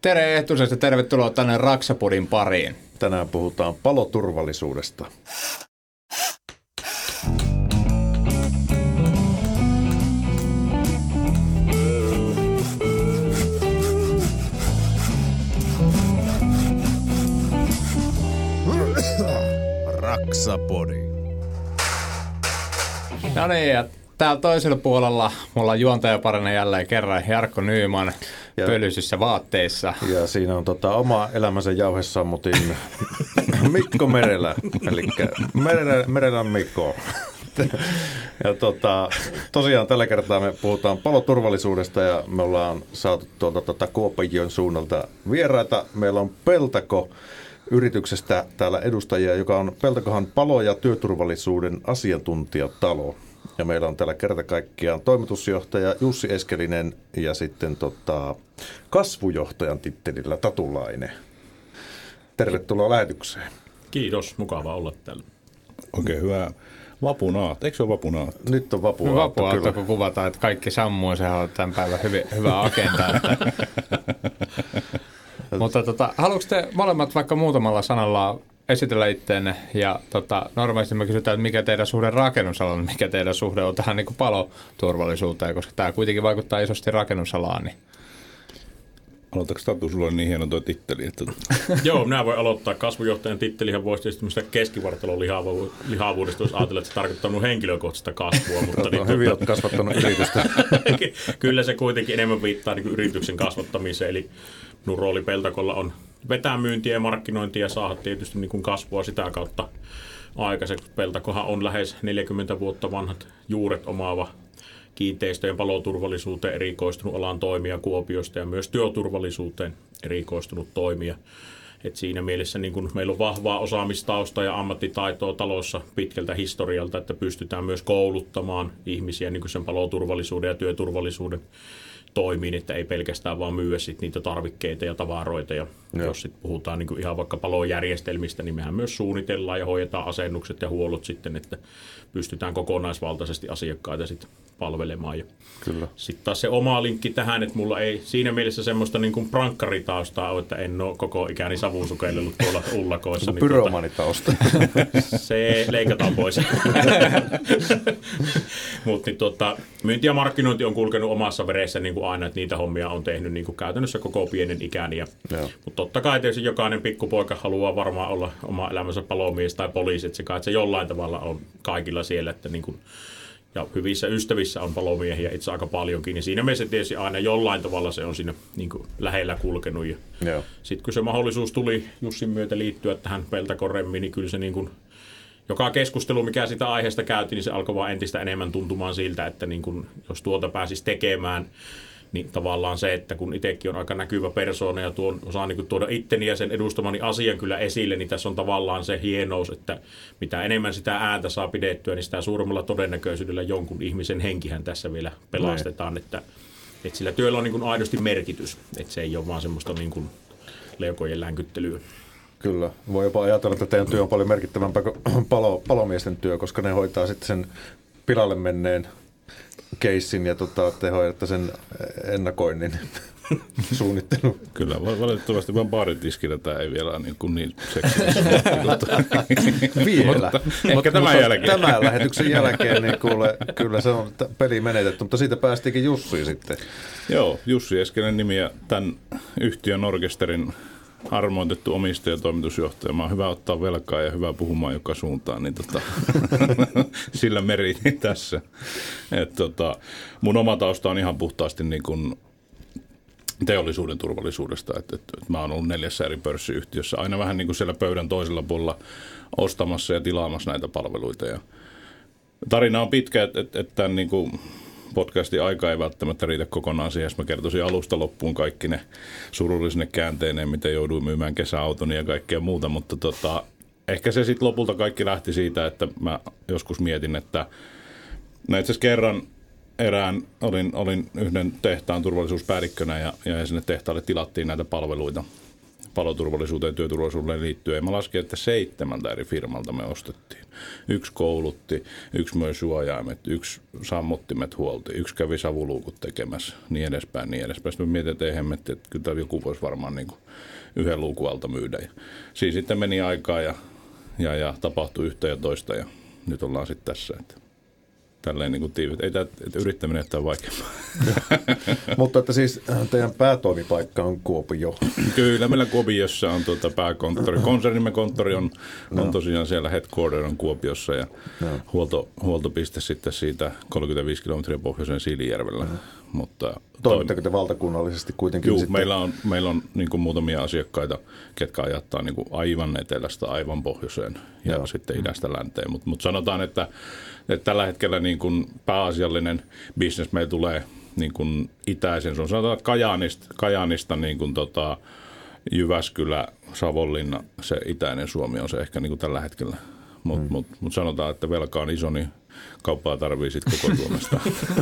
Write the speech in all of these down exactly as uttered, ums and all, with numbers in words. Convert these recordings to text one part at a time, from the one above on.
Tere Ehtuset ja tervetuloa tänne Raksapodin pariin. Tänään puhutaan paloturvallisuudesta. Raksapodi. No niin, ja täällä toisella puolella mulla on juontajaparina jälleen kerran Jarkko Nyyman ja pölyisissä vaatteissa. Ja siinä on tota, oma elämänsä jauhesammutin Mikko Merelä, eli Merelä, Merelän Mikko. Ja tota, tosiaan tällä kertaa me puhutaan paloturvallisuudesta ja me ollaan saatu tuolta tota Kuopion suunnalta vieraita. Meillä on Peltako yrityksestä täällä edustajia, joka on Peltakohan palo- ja työturvallisuuden asiantuntijatalo. Ja meillä on täällä kerta kaikkiaan toimitusjohtaja Jussi Eskelinen ja sitten tota, kasvujohtajan tittelillä Tatulainen. Tervetuloa lähetykseen. Kiitos, mukava olla täällä. Oikein hyvä vapunaat. Eikö se ole vapunaat? Nyt on vapunaat. No, vapunaat, kun kuvataan, että kaikki sammuu, sehän on tämän päivän hyvin, hyvä agenda. Että... Mutta tota, haluatko te molemmat vaikka muutamalla sanalla esitellä itteenne ja tota, normaalisti me kysytään, että mikä teidän suhde rakennusalaan, mikä teidän suhde on tähän niin kuin paloturvallisuuteen, koska tämä kuitenkin vaikuttaa isosti rakennusalaan. Niin. Aloitatko Tatu, sulla on niin hieno tuo titteli? Että... Joo, minä voin aloittaa. Kasvujohtajan tittelihän voisi tietysti keskivartalon lihavu- lihavuudesta, jos ajatella, että se tarkoittaa minun henkilökohtaista kasvua. Mutta niin, hyvin tuota... olet kasvattanut yritystä. Kyllä se kuitenkin enemmän viittaa niin kuin yrityksen kasvattamiseen, eli minun rooli Peltakolla on vetää myyntiä ja markkinointia ja saada tietysti niin kuin kasvua sitä kautta aikaiseksi. Peltakohan on lähes neljäkymmentä vuotta vanhat juuret omaava kiinteistöjen paloturvallisuuteen erikoistunut alan toimija Kuopiosta ja myös työturvallisuuteen erikoistunut toimija. Et siinä mielessä niin kun meillä on vahvaa osaamistausta ja ammattitaitoa talossa pitkältä historialta, että pystytään myös kouluttamaan ihmisiä niin kun sen paloturvallisuuden ja työturvallisuuden toimiin, että ei pelkästään vaan myyä sit niitä tarvikkeita ja tavaroita. Ja Joo. jos sit puhutaan niin kuin ihan vaikka palojärjestelmistä, niin mehän myös suunnitellaan ja hoidetaan asennukset ja huollot sitten, että pystytään kokonaisvaltaisesti asiakkaita sitten palvelemaan. Ja Kyllä. Sitten taas se oma linkki tähän, että mulla ei siinä mielessä semmoista niin kuin prankkaritaustaa ole, että en ole koko ikäni savusukellut tuolla ullakoissa. Niin pyromanitausta. Tuota, se leikataan pois. Mutta niin, tuota, myynti ja markkinointi on kulkenut omassa veressä niin kuin aina, että niitä hommia on tehnyt niin kuin käytännössä koko pienen ikäni. Mutta totta kai tietysti jokainen pikkupoika haluaa varmaan olla oma elämänsä palomies tai poliisi, että se kai että se jollain tavalla on kaikilla siellä, että niin kuin, ja hyvissä ystävissä on palomiehiä itse aika paljonkin, niin siinä mielessä tietysti aina jollain tavalla se on siinä niin kuin lähellä kulkenut. Sitten kun se mahdollisuus tuli Jussin myötä liittyä tähän Peltakon remmiin, niin kyllä se niin kuin joka keskustelu, mikä sitä aiheesta käytiin, niin se alkoi vaan entistä enemmän tuntumaan siltä, että niin kun, jos tuota pääsisi tekemään, niin tavallaan se, että kun itsekin on aika näkyvä persoona ja tuon, osaa niin tuoda itteni ja sen edustamani asian kyllä esille, niin tässä on tavallaan se hienous, että mitä enemmän sitä ääntä saa pidettyä, niin sitä suuremmalla todennäköisyydellä jonkun ihmisen henkihän tässä vielä pelastetaan, että, että sillä työllä on niin kuin aidosti merkitys, että se ei ole vaan semmoista niin kuin leukojen länkyttelyä. Kyllä. Voi jopa ajatella, että teidän työ on paljon merkittävämpää kuin palo, palomiesten työ, koska ne hoitaa sitten sen pilalle menneen keissin ja tota, te hoidatte sen ennakoinnin suunnittelun. Kyllä, valitettavasti vaan baaritiskillä tämä ei vielä niin, kuin niin seksissä. Vielä. Mutta ehkä tämän jälkeen. Tämän lähetyksen jälkeen, niin kuule, kyllä se on peli menetetty, mutta siitä päästikin Jussiin sitten. Joo, Jussi Eskelinen nimi ja tämän yhtiön orkesterin armoitettu omistaja ja toimitusjohtaja. Mä oon hyvä ottaa velkaa ja hyvä puhumaan joka suuntaan, niin tota, sillä meritin tässä. Et tota, mun oma tausta on ihan puhtaasti niin kuin teollisuuden turvallisuudesta. Et, et, et mä oon ollut neljässä eri pörssiyhtiössä, aina vähän niin kuin siellä pöydän toisella puolella ostamassa ja tilaamassa näitä palveluita. Ja tarina on pitkä, että et, et tämän niin kuin podcastin aika ei välttämättä riitä kokonaan siihen, jos mä kertoisin alusta loppuun kaikki ne surullisine käänteineen, miten jouduin myymään kesäautoni ja kaikkea muuta, mutta tota, ehkä se sitten lopulta kaikki lähti siitä, että mä joskus mietin, että no itse asiassa kerran erään olin, olin yhden tehtaan turvallisuuspäällikkönä ja, ja sinne tehtaalle tilattiin näitä palveluita. paloturvallisuuteen ja työturvallisuuteen liittyen. Mä laskin, että seitsemältä eri firmalta me ostettiin. Yksi koulutti, yksi möi suojaimet, yksi sammuttimet huolti, yksi kävi savuluukut tekemässä, niin edespäin, niin edespäin. Sitten mä mietin, että ei hemmetti, että kyllä joku voisi varmaan niin kuin yhden luukun alta myydä. Ja siinä sitten meni aikaa ja, ja, ja tapahtui yhtä ja toista ja nyt ollaan sitten tässä, että tälleen niin kuin tiivit. Ei tämä, että yrittäminen on vaikeampaa. Mutta että siis teidän päätoimipaikka on Kuopio. Kyllä, meillä Kuopiossa on tuota pääkonttori. Konsernimme konttori on, on tosiaan siellä headquarter on Kuopiossa ja no. huolto, huoltopiste sitten siitä kolmekymmentäviisi kilometriä pohjoiseen Siilijärvellä. No. Mutta toimitteko te valtakunnallisesti kuitenkin? Juu, sitten? meillä on, meillä on niin kuin muutamia asiakkaita, ketkä ajattaa niin kuin aivan etelästä aivan pohjoiseen ja Joo. sitten idästä länteen. Mutta mut sanotaan, että, että tällä hetkellä niin kuin pääasiallinen bisnes meillä tulee niin kuin itäisen. Se on sanotaan, että Kajaanista, Kajaanista niin kuin tota Jyväskylä, Savonlinna, se itäinen Suomi on se ehkä niin kuin tällä hetkellä. Mutta hmm. mut, mut sanotaan, että velka on iso, niin kauppaa tarvii sitten koko Suomesta.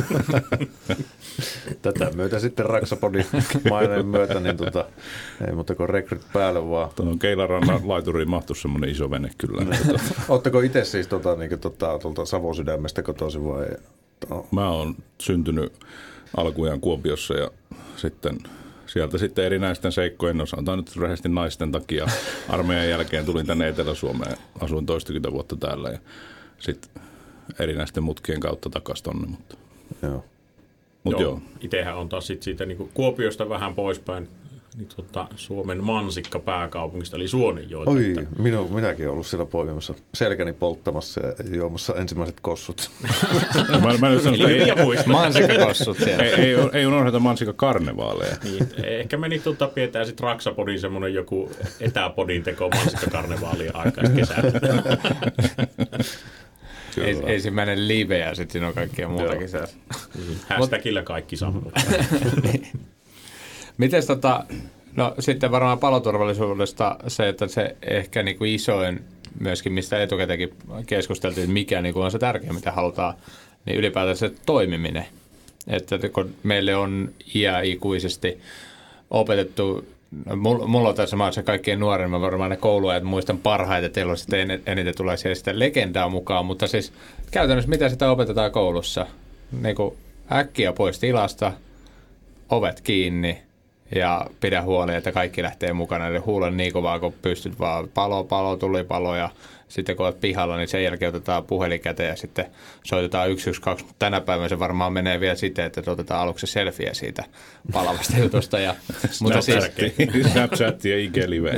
Tätä myötä sitten Raksapodin maineen myötä, niin tota, ei muuta kuin rekryt päälle vaan. Tuon Keilarannan laituriin mahtuu semmoinen iso vene kyllä. Oletteko itse siis tota, niin tota, tuolta Savosydämestä kotoisin vai? No. Mä oon syntynyt alkujaan Kuopiossa ja sitten sieltä sitten erinäisten seikkojen, no sanotaan nyt rehellisesti naisten takia, armeijan jälkeen tulin tänne Etelä-Suomeen, asuin toistakymmentä vuotta täällä ja sitten erinäisten mutkien kautta takaisin tonne. Mutta. Joo. Mut joo. joo. Itsehän on taas sit siitä niin Kuopiosta vähän poispäin niin tota, Suomen mansikka pääkaupungista, eli Suonenjoelta. Oi, minu, minäkin olen ollut siellä poimimassa, selkäni polttamassa ja juomassa ensimmäiset kossut. mä, mä nyt sanon, ei, mansikkakossut siellä. Ei, ei, ei unohdeta mansikkakarnevaaleja. Niin, ehkä meni tuota, pidetään sitten Raksapodin semmoinen joku etäpodin teko mansikkakarnevaalien aikaisemmin kesällä. Kyllä. Ensimmäinen live ja sitten siinä on kaikkea muutakin. Mm. Hashtagillä kaikki sammut. Mites tota, no sitten varmaan paloturvallisuudesta se, että se ehkä niinku isoin myöskin, mistä etukäteenkin keskusteltiin, että mikä niinku on se tärkeä, mitä halutaan, niin ylipäätään se toimiminen. Että kun meille on iäikuisesti opetettu, no, mulla on tässä maassa kaikkein nuorin, mä varmaan ne kouluajat muistan parhaiten, teillä on sitten eniten tulee siellä sitä legendaa mukaan, mutta siis käytännössä mitä sitä opetetaan koulussa? Niin kuin äkkiä pois tilasta, ovet kiinni ja pidä huoli, että kaikki lähtee mukana. Eli huulen niin kovaa, kun pystyt vaan palo, palo, tuli palo ja sitten kun olet pihalla, niin sen jälkeen otetaan puhelin käteen ja sitten soitetaan yksi yksi kaksi. Tänä päivänä se varmaan menee vielä siten, että otetaan aluksi selfie siitä palavasta jutusta. Ja, mutta siis, Snapchat ja I G-live.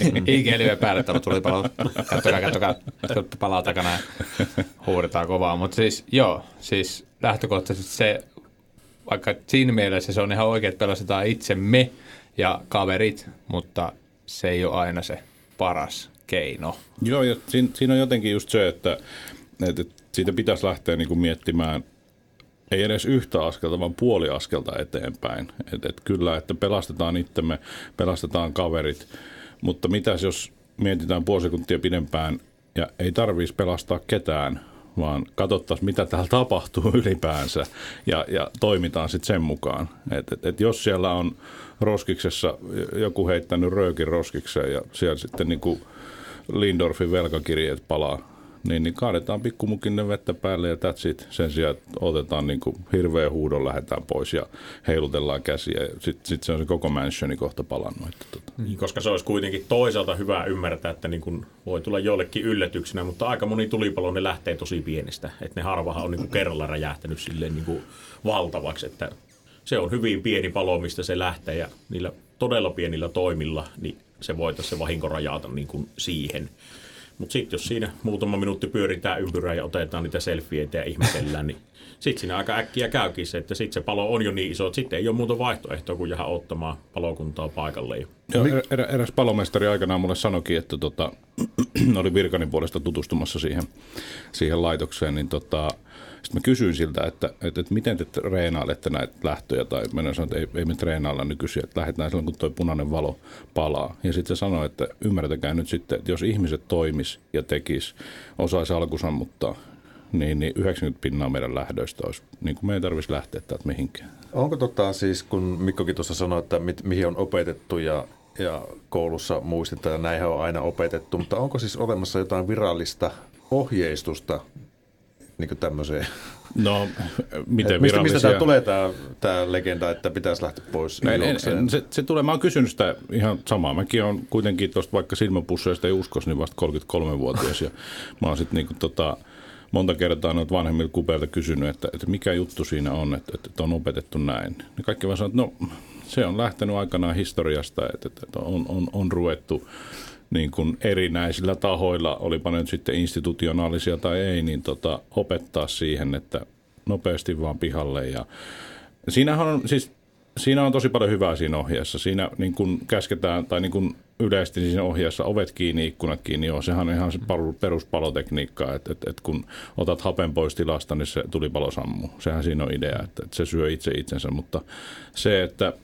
I G-live päälle, että tuli palo. Kattokaa, kattokaa, palaa takana ja huudetaan kovaa. Mutta siis joo, siis lähtökohtaisesti se, vaikka siinä mielessä se on ihan oikein, että pelastetaan itsemme ja kaverit, mutta se ei ole aina se paras keino. Joo, ja siinä, siinä on jotenkin just se, että, että siitä pitäisi lähteä niin kuin miettimään ei edes yhtä askelta, vaan puoli askelta eteenpäin. Että et kyllä, että pelastetaan itsemme, pelastetaan kaverit, mutta mitäs jos mietitään puoli sekuntia pidempään ja ei tarvitsisi pelastaa ketään, vaan katsottaisiin, mitä täällä tapahtuu ylipäänsä ja, ja toimitaan sitten sen mukaan. Et, et, et jos siellä on roskiksessa joku heittänyt röökin roskikseen ja siellä sitten niin kuin Lindorfin velkakirjeet palaa, niin, niin kaadetaan pikkumukinne vettä päälle ja that's it. Sen sijaan, että otetaan niin kuin hirveä huudon, lähdetään pois ja heilutellaan käsiä. Sitten sit se on se koko mansioni kohta palannut. Että tota. Niin, koska se olisi kuitenkin toisaalta hyvä ymmärtää, että niin kuin voi tulla jollekin yllätyksenä, mutta aika moni tulipalo, ne lähtee tosi pienestä. Että ne harvahan on niin kuin kerralla räjähtänyt silleen niin kuin valtavaksi, että se on hyvin pieni palo, mistä se lähtee ja niillä todella pienillä toimilla niin se voitaisiin se vahinko rajata niin kuin siihen. Mutta sitten jos siinä muutama minuutti pyöritään ympyrää ja otetaan niitä selfieitä ja ihmetellään, niin sitten siinä aika äkkiä käykin se, että sitten se palo on jo niin iso, että sitten ei ole muuta vaihtoehtoa kuin jäädä ottamaan palokuntaa paikalle. Joo, erä, eräs palomestari aikanaan mulle sanoikin, että tota, oli virkani puolesta tutustumassa siihen, siihen laitokseen, niin tota, sitten mä kysyin siltä, että, että, että miten te treenailette näitä lähtöjä, tai mä sanoin, että ei, ei me treenailla nykyisin, että lähdetään silloin, kun tuo punainen valo palaa. Ja sitten se sanoi, että ymmärtäkää nyt sitten, että jos ihmiset toimis ja tekis, osaisi alkusammuttaa, niin, niin yhdeksänkymmentä pinnaa meidän lähdöistä olisi, niin kuin me ei tarvitsisi lähteä täältä mihinkään. Onko tota siis, kun Mikkokin tuossa sanoi, että mit, mihin on opetettu ja ja koulussa muistetaan, ja näinhän on aina opetettu, mutta onko siis olemassa jotain virallista ohjeistusta niin kuin tämmöiseen? No, miten mistä, virallisia? mistä tämä tulee tämä, tämä legenda, että pitäisi lähteä pois juokseen? Se, se tulee, mä oon kysynyt sitä ihan samaa. Mäkin on kuitenkin tuosta vaikka silmäpusseista ja uskos, niin vasta kolmekymmentäkolmevuotias, ja mä oon sitten niinku tota, monta kertaa noita vanhemmilta kupeilta kysynyt, että, että mikä juttu siinä on, että, että on opetettu näin. Ja kaikki vaan sanoo, että no, se on lähtenyt aikanaan historiasta, että, että on, on, on ruvettu niin kuin erinäisillä tahoilla, olipa nyt sitten institutionaalisia tai ei, niin tota, opettaa siihen, että nopeasti vaan pihalle. Ja siinähän on, siis, siinä on tosi paljon hyvää siinä ohjeessa. Siinä niin kuin käsketään, tai niin kuin yleisesti siinä ohjeessa ovet kiinni, ikkunat kiinni, joo, sehän on ihan se peruspalotekniikka, että, että, että kun otat hapen pois tilasta, niin se tulipalo sammuu. Sehän siinä on idea, että, että se syö itse itsensä, mutta se, että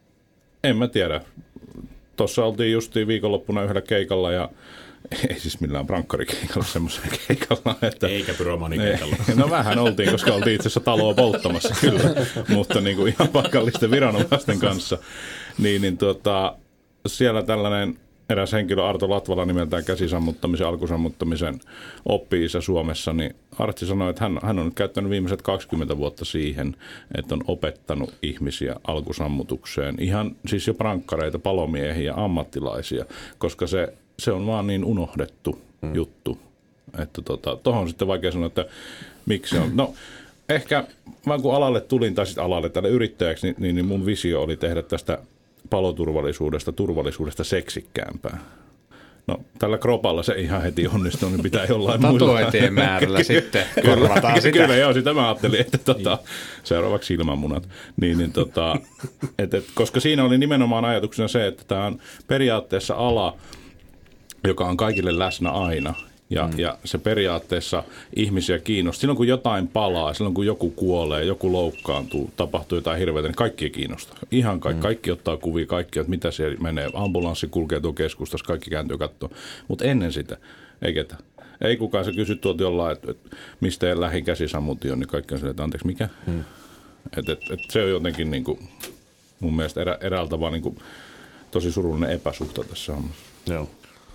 en mä tiedä. Tuossa oltiin justiin viikonloppuna yhdellä keikalla ja ei siis millään prankkarikeikalla, semmoisen keikalla. Että, eikä pyromanikeikalla. No vähän oltiin, koska oltiin itse asiassa taloa polttamassa kyllä, mutta niin kuin ihan paikallisten viranomaisten kanssa. Niin, niin tuota, siellä tällainen eräs henkilö Arto Latvala nimeltään käsisammuttamisen, alkusammuttamisen oppi-isä Suomessa, niin Artsi sanoi, että hän, hän on nyt käyttänyt viimeiset kaksikymmentä vuotta siihen, että on opettanut ihmisiä alkusammutukseen. Ihan siis jo prankkareita, palomiehiä, ammattilaisia, koska se, se on vaan niin unohdettu hmm. juttu. Että tota, tohon on sitten vaikea sanoa, että miksi on. No ehkä vaan kun alalle tulin, tai sitten alalle tälle yrittäjäksi, niin, niin, niin mun visio oli tehdä tästä paloturvallisuudesta, turvallisuudesta seksikkäämpää. No, tällä kropalla se ihan heti onnistuu, niin pitää jollain muilla. Tatuointien määrällä sitten korvataan sitä. Kyllä, joo, sitä mä ajattelin, että tota, seuraavaksi silmämunat. Niin, niin, tota, et, et, koska siinä oli nimenomaan ajatuksena se, että tämä on periaatteessa ala, joka on kaikille läsnä aina. Ja, mm. ja se periaatteessa ihmisiä kiinnostaa. Silloin kun jotain palaa, silloin kun joku kuolee, joku loukkaantuu, tapahtuu jotain hirveätä, niin kaikki kiinnostaa. Ihan kaikki, mm. kaikki ottaa kuvia, kaikki, että mitä siellä menee. Ambulanssi kulkee tuon keskustassa, kaikki kääntyy katsoa. Mutta ennen sitä, ei ketä. Ei kukaan se kysy tuolta jollain, että, että mistä lähin käsisammutin on, niin kaikki on sille, että anteeksi, mikä? Mm. Et, et, et se on jotenkin niin kuin, mun mielestä erä, eräältä vaan niin kuin, tosi surullinen epäsuhta tässä hommassa. Joo.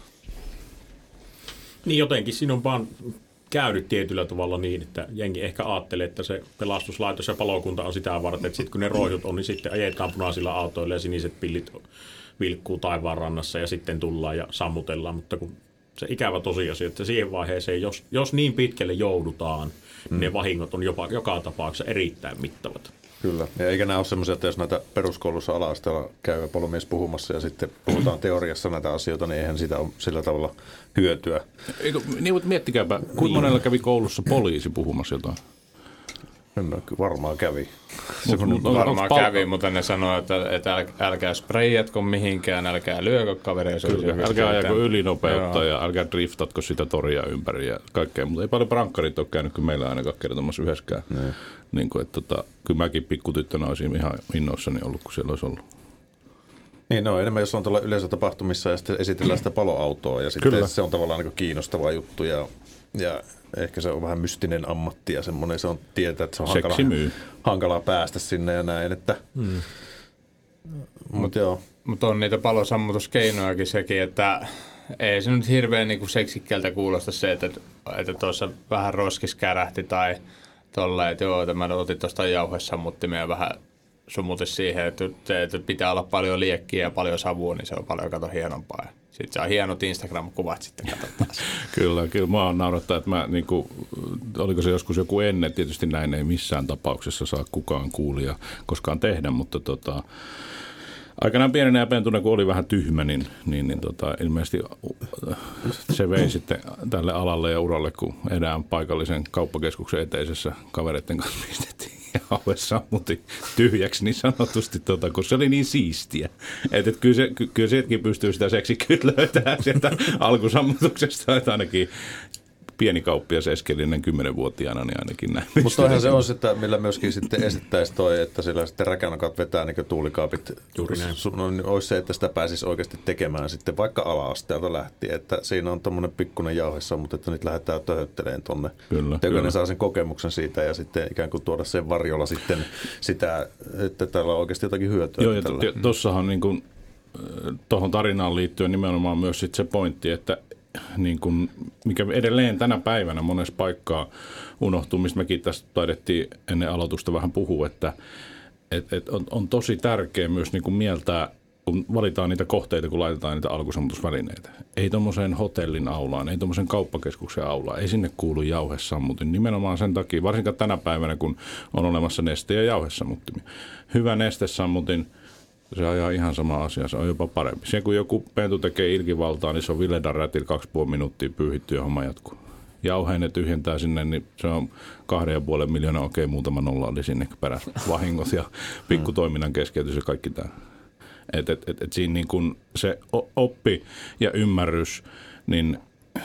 Niin jotenkin siinä on vaan käynyt tietyllä tavalla niin, että jengi ehkä ajattelee, että se pelastuslaitos ja palokunta on sitä varten, että sitten kun ne roihut on, niin sitten ajetaan punaisilla autoilla ja siniset pillit vilkkuu taivaan rannassa ja sitten tullaan ja sammutellaan, mutta kun se ikävä tosiasia, että siihen vaiheeseen, jos, jos niin pitkälle joudutaan, mm. niin ne vahingot on jopa joka tapauksessa erittäin mittavat. Kyllä, ja eikä nämä ole semmoisia, että jos näitä peruskoulussa ala-asteella käy palomies puhumassa ja sitten puhutaan teoriassa näitä asioita, niin eihän sitä ole sillä tavalla hyötyä. Eikö, niin, mutta miettikääpä, kuinka niin. monella kävi koulussa poliisi puhumassa jotain? No, varmaan kävi. Mut, mut, varmaan pal- kävi, mutta ne sanoo, että, että älkää spreijatko mihinkään, älkää lyökö kavereissa. Älkää ajako ylinopeutta ja älkää driftatko sitä toria ympäri ja kaikkea. Mutta ei paljon prankkarit ole käynyt, kun meillä ainakaan kertomassa yhdessäkään. Ne. Niin kuin, että, tota, kyllä mäkin pikkutyttönä olisin ihan innoissani ollut, kun siellä olisi ollut. Niin, no enemmän jos on tuolla yleisötapahtumissa ja sitten esitellään sitä paloautoa ja sitten kyllä. Se on tavallaan niin kiinnostava juttu ja, ja ehkä se on vähän mystinen ammatti ja semmoinen se on tietää, että se on hankala, hankalaa päästä sinne ja näin, että mm. mutta joo. Mutta on niitä palosammutuskeinojakin sekin, että ei se nyt hirveän niin kuin seksikkältä kuulosta se, että että tuossa vähän roskis kärähti tai tolleen, että joo, että mä otin tuosta jauhesammuttimia ja vähän sumutin siihen, että, että pitää olla paljon liekkiä ja paljon savua, niin se on paljon kato hienompaa. Sitten saa hienot Instagram-kuvat sitten katsotaan. Kyllä, kyllä. Mä oon naurattaa, että mä, niin kuin, oliko se joskus joku ennen, tietysti näin ei missään tapauksessa saa kukaan kuulija koskaan tehdä, mutta tota, aikanaan pienenä ja pentuna, kun oli vähän tyhmä, niin, niin, niin tota, ilmeisesti se vei sitten tälle alalle ja uralle, kun edään paikallisen kauppakeskuksen eteisessä kavereiden kanssa pistettiin. Ja sammutin tyhjäksi niin sanotusti, tota, kun se oli niin siistiä. Että et kyllä, se, ky, kyllä sieltäkin pystyy sitä seksikkyyttä löytämään sieltä alkusammutuksesta, että ainakin pieni kauppias eskelinen kymmenvuotiaana, niin ainakin näin. Mutta toihan se on sitä, millä myöskin sitten esittäisi toi, että sillä sitten räkänokat vetää niin kuin tuulikaapit. Juuri näin. No, niin olisi se, että sitä pääsisi oikeasti tekemään sitten vaikka ala-asteelta lähtien, että siinä on tommoinen pikkuinen jauhessa, mutta että nyt lähdetään töhötteleen tonne. Kyllä. Jokainen saa sen kokemuksen siitä ja sitten ikään kuin tuoda sen varjolla sitten sitä, että täällä on oikeasti jotakin hyötyä. Joo, ja tossahan niin kuin tuohon tarinaan liittyen nimenomaan myös sit se pointti, että niin kun, mikä edelleen tänä päivänä monessa paikkaa unohtuu, mistä mekin tästä taidettiin ennen aloitusta vähän puhua, että et, et on, on tosi tärkeää myös niin kun mieltää, kun valitaan niitä kohteita, kun laitetaan niitä alkusammutusvälineitä. Ei tuommoiseen hotellin aulaan, ei tuommoisen kauppakeskuksen aulaan, ei sinne kuulu jauhesammutin. Nimenomaan sen takia, varsinkaan tänä päivänä, kun on olemassa neste- ja jauhesammuttimia. Hyvä nestesammutin, se ajaa ihan sama asia, se on jopa parempi. Se kun joku pentu tekee ilkivaltaa, niin se on Villedan rätillä kaksi puoli minuuttia pyyhitty ja homma jatkuu. Jauheen ne tyhjentää sinne, niin se on kahden ja puolen miljoonaa, okei, muutama nolla oli sinne perässä vahingot ja pikkutoiminnan keskeytys ja kaikki tämä. Että et, et, et siinä niin kun se oppi ja ymmärrys, niin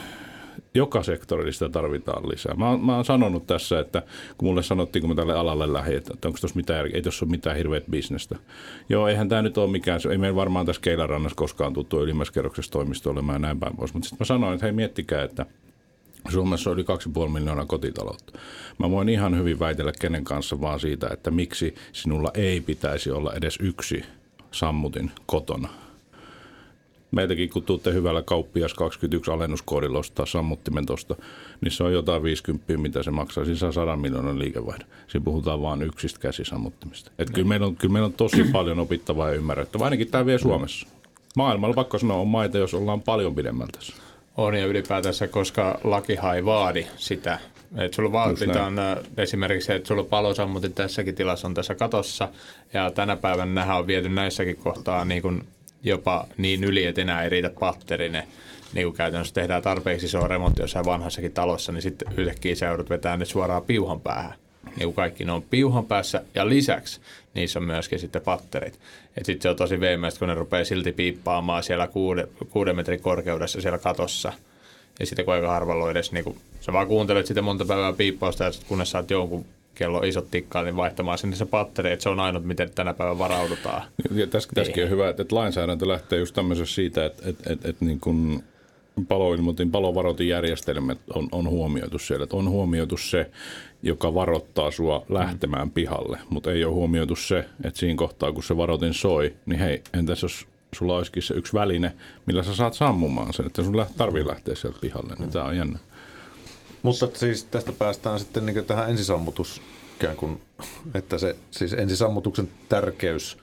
joka sektorilla sitä tarvitaan lisää. Mä, mä oon sanonut tässä, että kun mulle sanottiin, kun mä tälle alalle lähdin, että onko tuossa mitään, ei tuossa ole mitään hirveät bisnestä. Joo, eihän tämä nyt ole mikään, ei meillä varmaan tässä Keilarannassa koskaan tuttu ylimmässä kerroksessa toimistolle ja näin päin pois. Mutta sitten mä sanoin, että hei, miettikää, että Suomessa on yli kaksi pilkku viisi miljoonaa kotitaloutta. Mä voin ihan hyvin väitellä kenen kanssa vaan siitä, että miksi sinulla ei pitäisi olla edes yksi sammutin kotona. Meiltäkin, kun tuutte hyvällä kauppias kaksikymmentäyksi alennuskoodilla ostaa sammuttimen tuosta, niin se on jotain viisikymmentä, mitä se maksaa. Siinä saa sadan miljoonan liikevaihdon. Siinä puhutaan vain yksistä käsisammuttimista. Että kyllä meillä on, kyllä meillä on tosi paljon opittavaa ja ymmärrettävää. Ainakin tämä vie Suomessa. Maailmalla, pakko sanoa, on maita, jos ollaan paljon pidemmältä tässä. On ja ylipäätänsä, koska lakihan ei vaadi sitä. Että sulla vaaditaan esimerkiksi se, että sulla palosammutin tässäkin tilassa on tässä katossa. Ja tänä päivänä nähdään on viety näissäkin kohtaa niin kuin jopa niin yli, että enää ei riitä patterine. Niin kuin käytännössä tehdään tarpeeksi iso remontti jossain vanhassakin talossa, niin sitten yhtäkkiä sä joudut vetää ne suoraan piuhan päähän. Niin kuin kaikki ne on piuhan päässä ja lisäksi niissä on myöskin sitten patterit. Että sitten se on tosi veemäistä, kun ne rupeaa silti piippaamaan siellä kuuden, kuuden metrin korkeudessa siellä katossa. Ja sitten kun aika harvalla on edes, niin kuin, sä vaan kuuntelet sitä monta päivää piippausta ja kunnes saat jonkun kello isot tikkaat, niin vaihtamaan sinne se patteri, että se on ainut, miten tänä päivänä varaudutaan. Ja tässäkin, tässäkin on hyvä, että, että lainsäädäntö lähtee just tämmöisessä siitä, että, että, että, että niin kuin paloilmoitin, palovaroitinjärjestelmät on, on huomioitu siellä. Että on huomioitu se, joka varoittaa sua lähtemään pihalle, mutta ei ole huomioitu se, että siinä kohtaa, kun se varoitin soi, niin hei, entäs jos sulla olisikin se yksi väline, millä sä saat sammumaan sen, että sun tarvii lähteä sieltä pihalle, niin tää on jännä. Mutta siis tästä päästään sitten niin tähän ensisammutus, kuin, että se siis ensisammutuksen tärkeys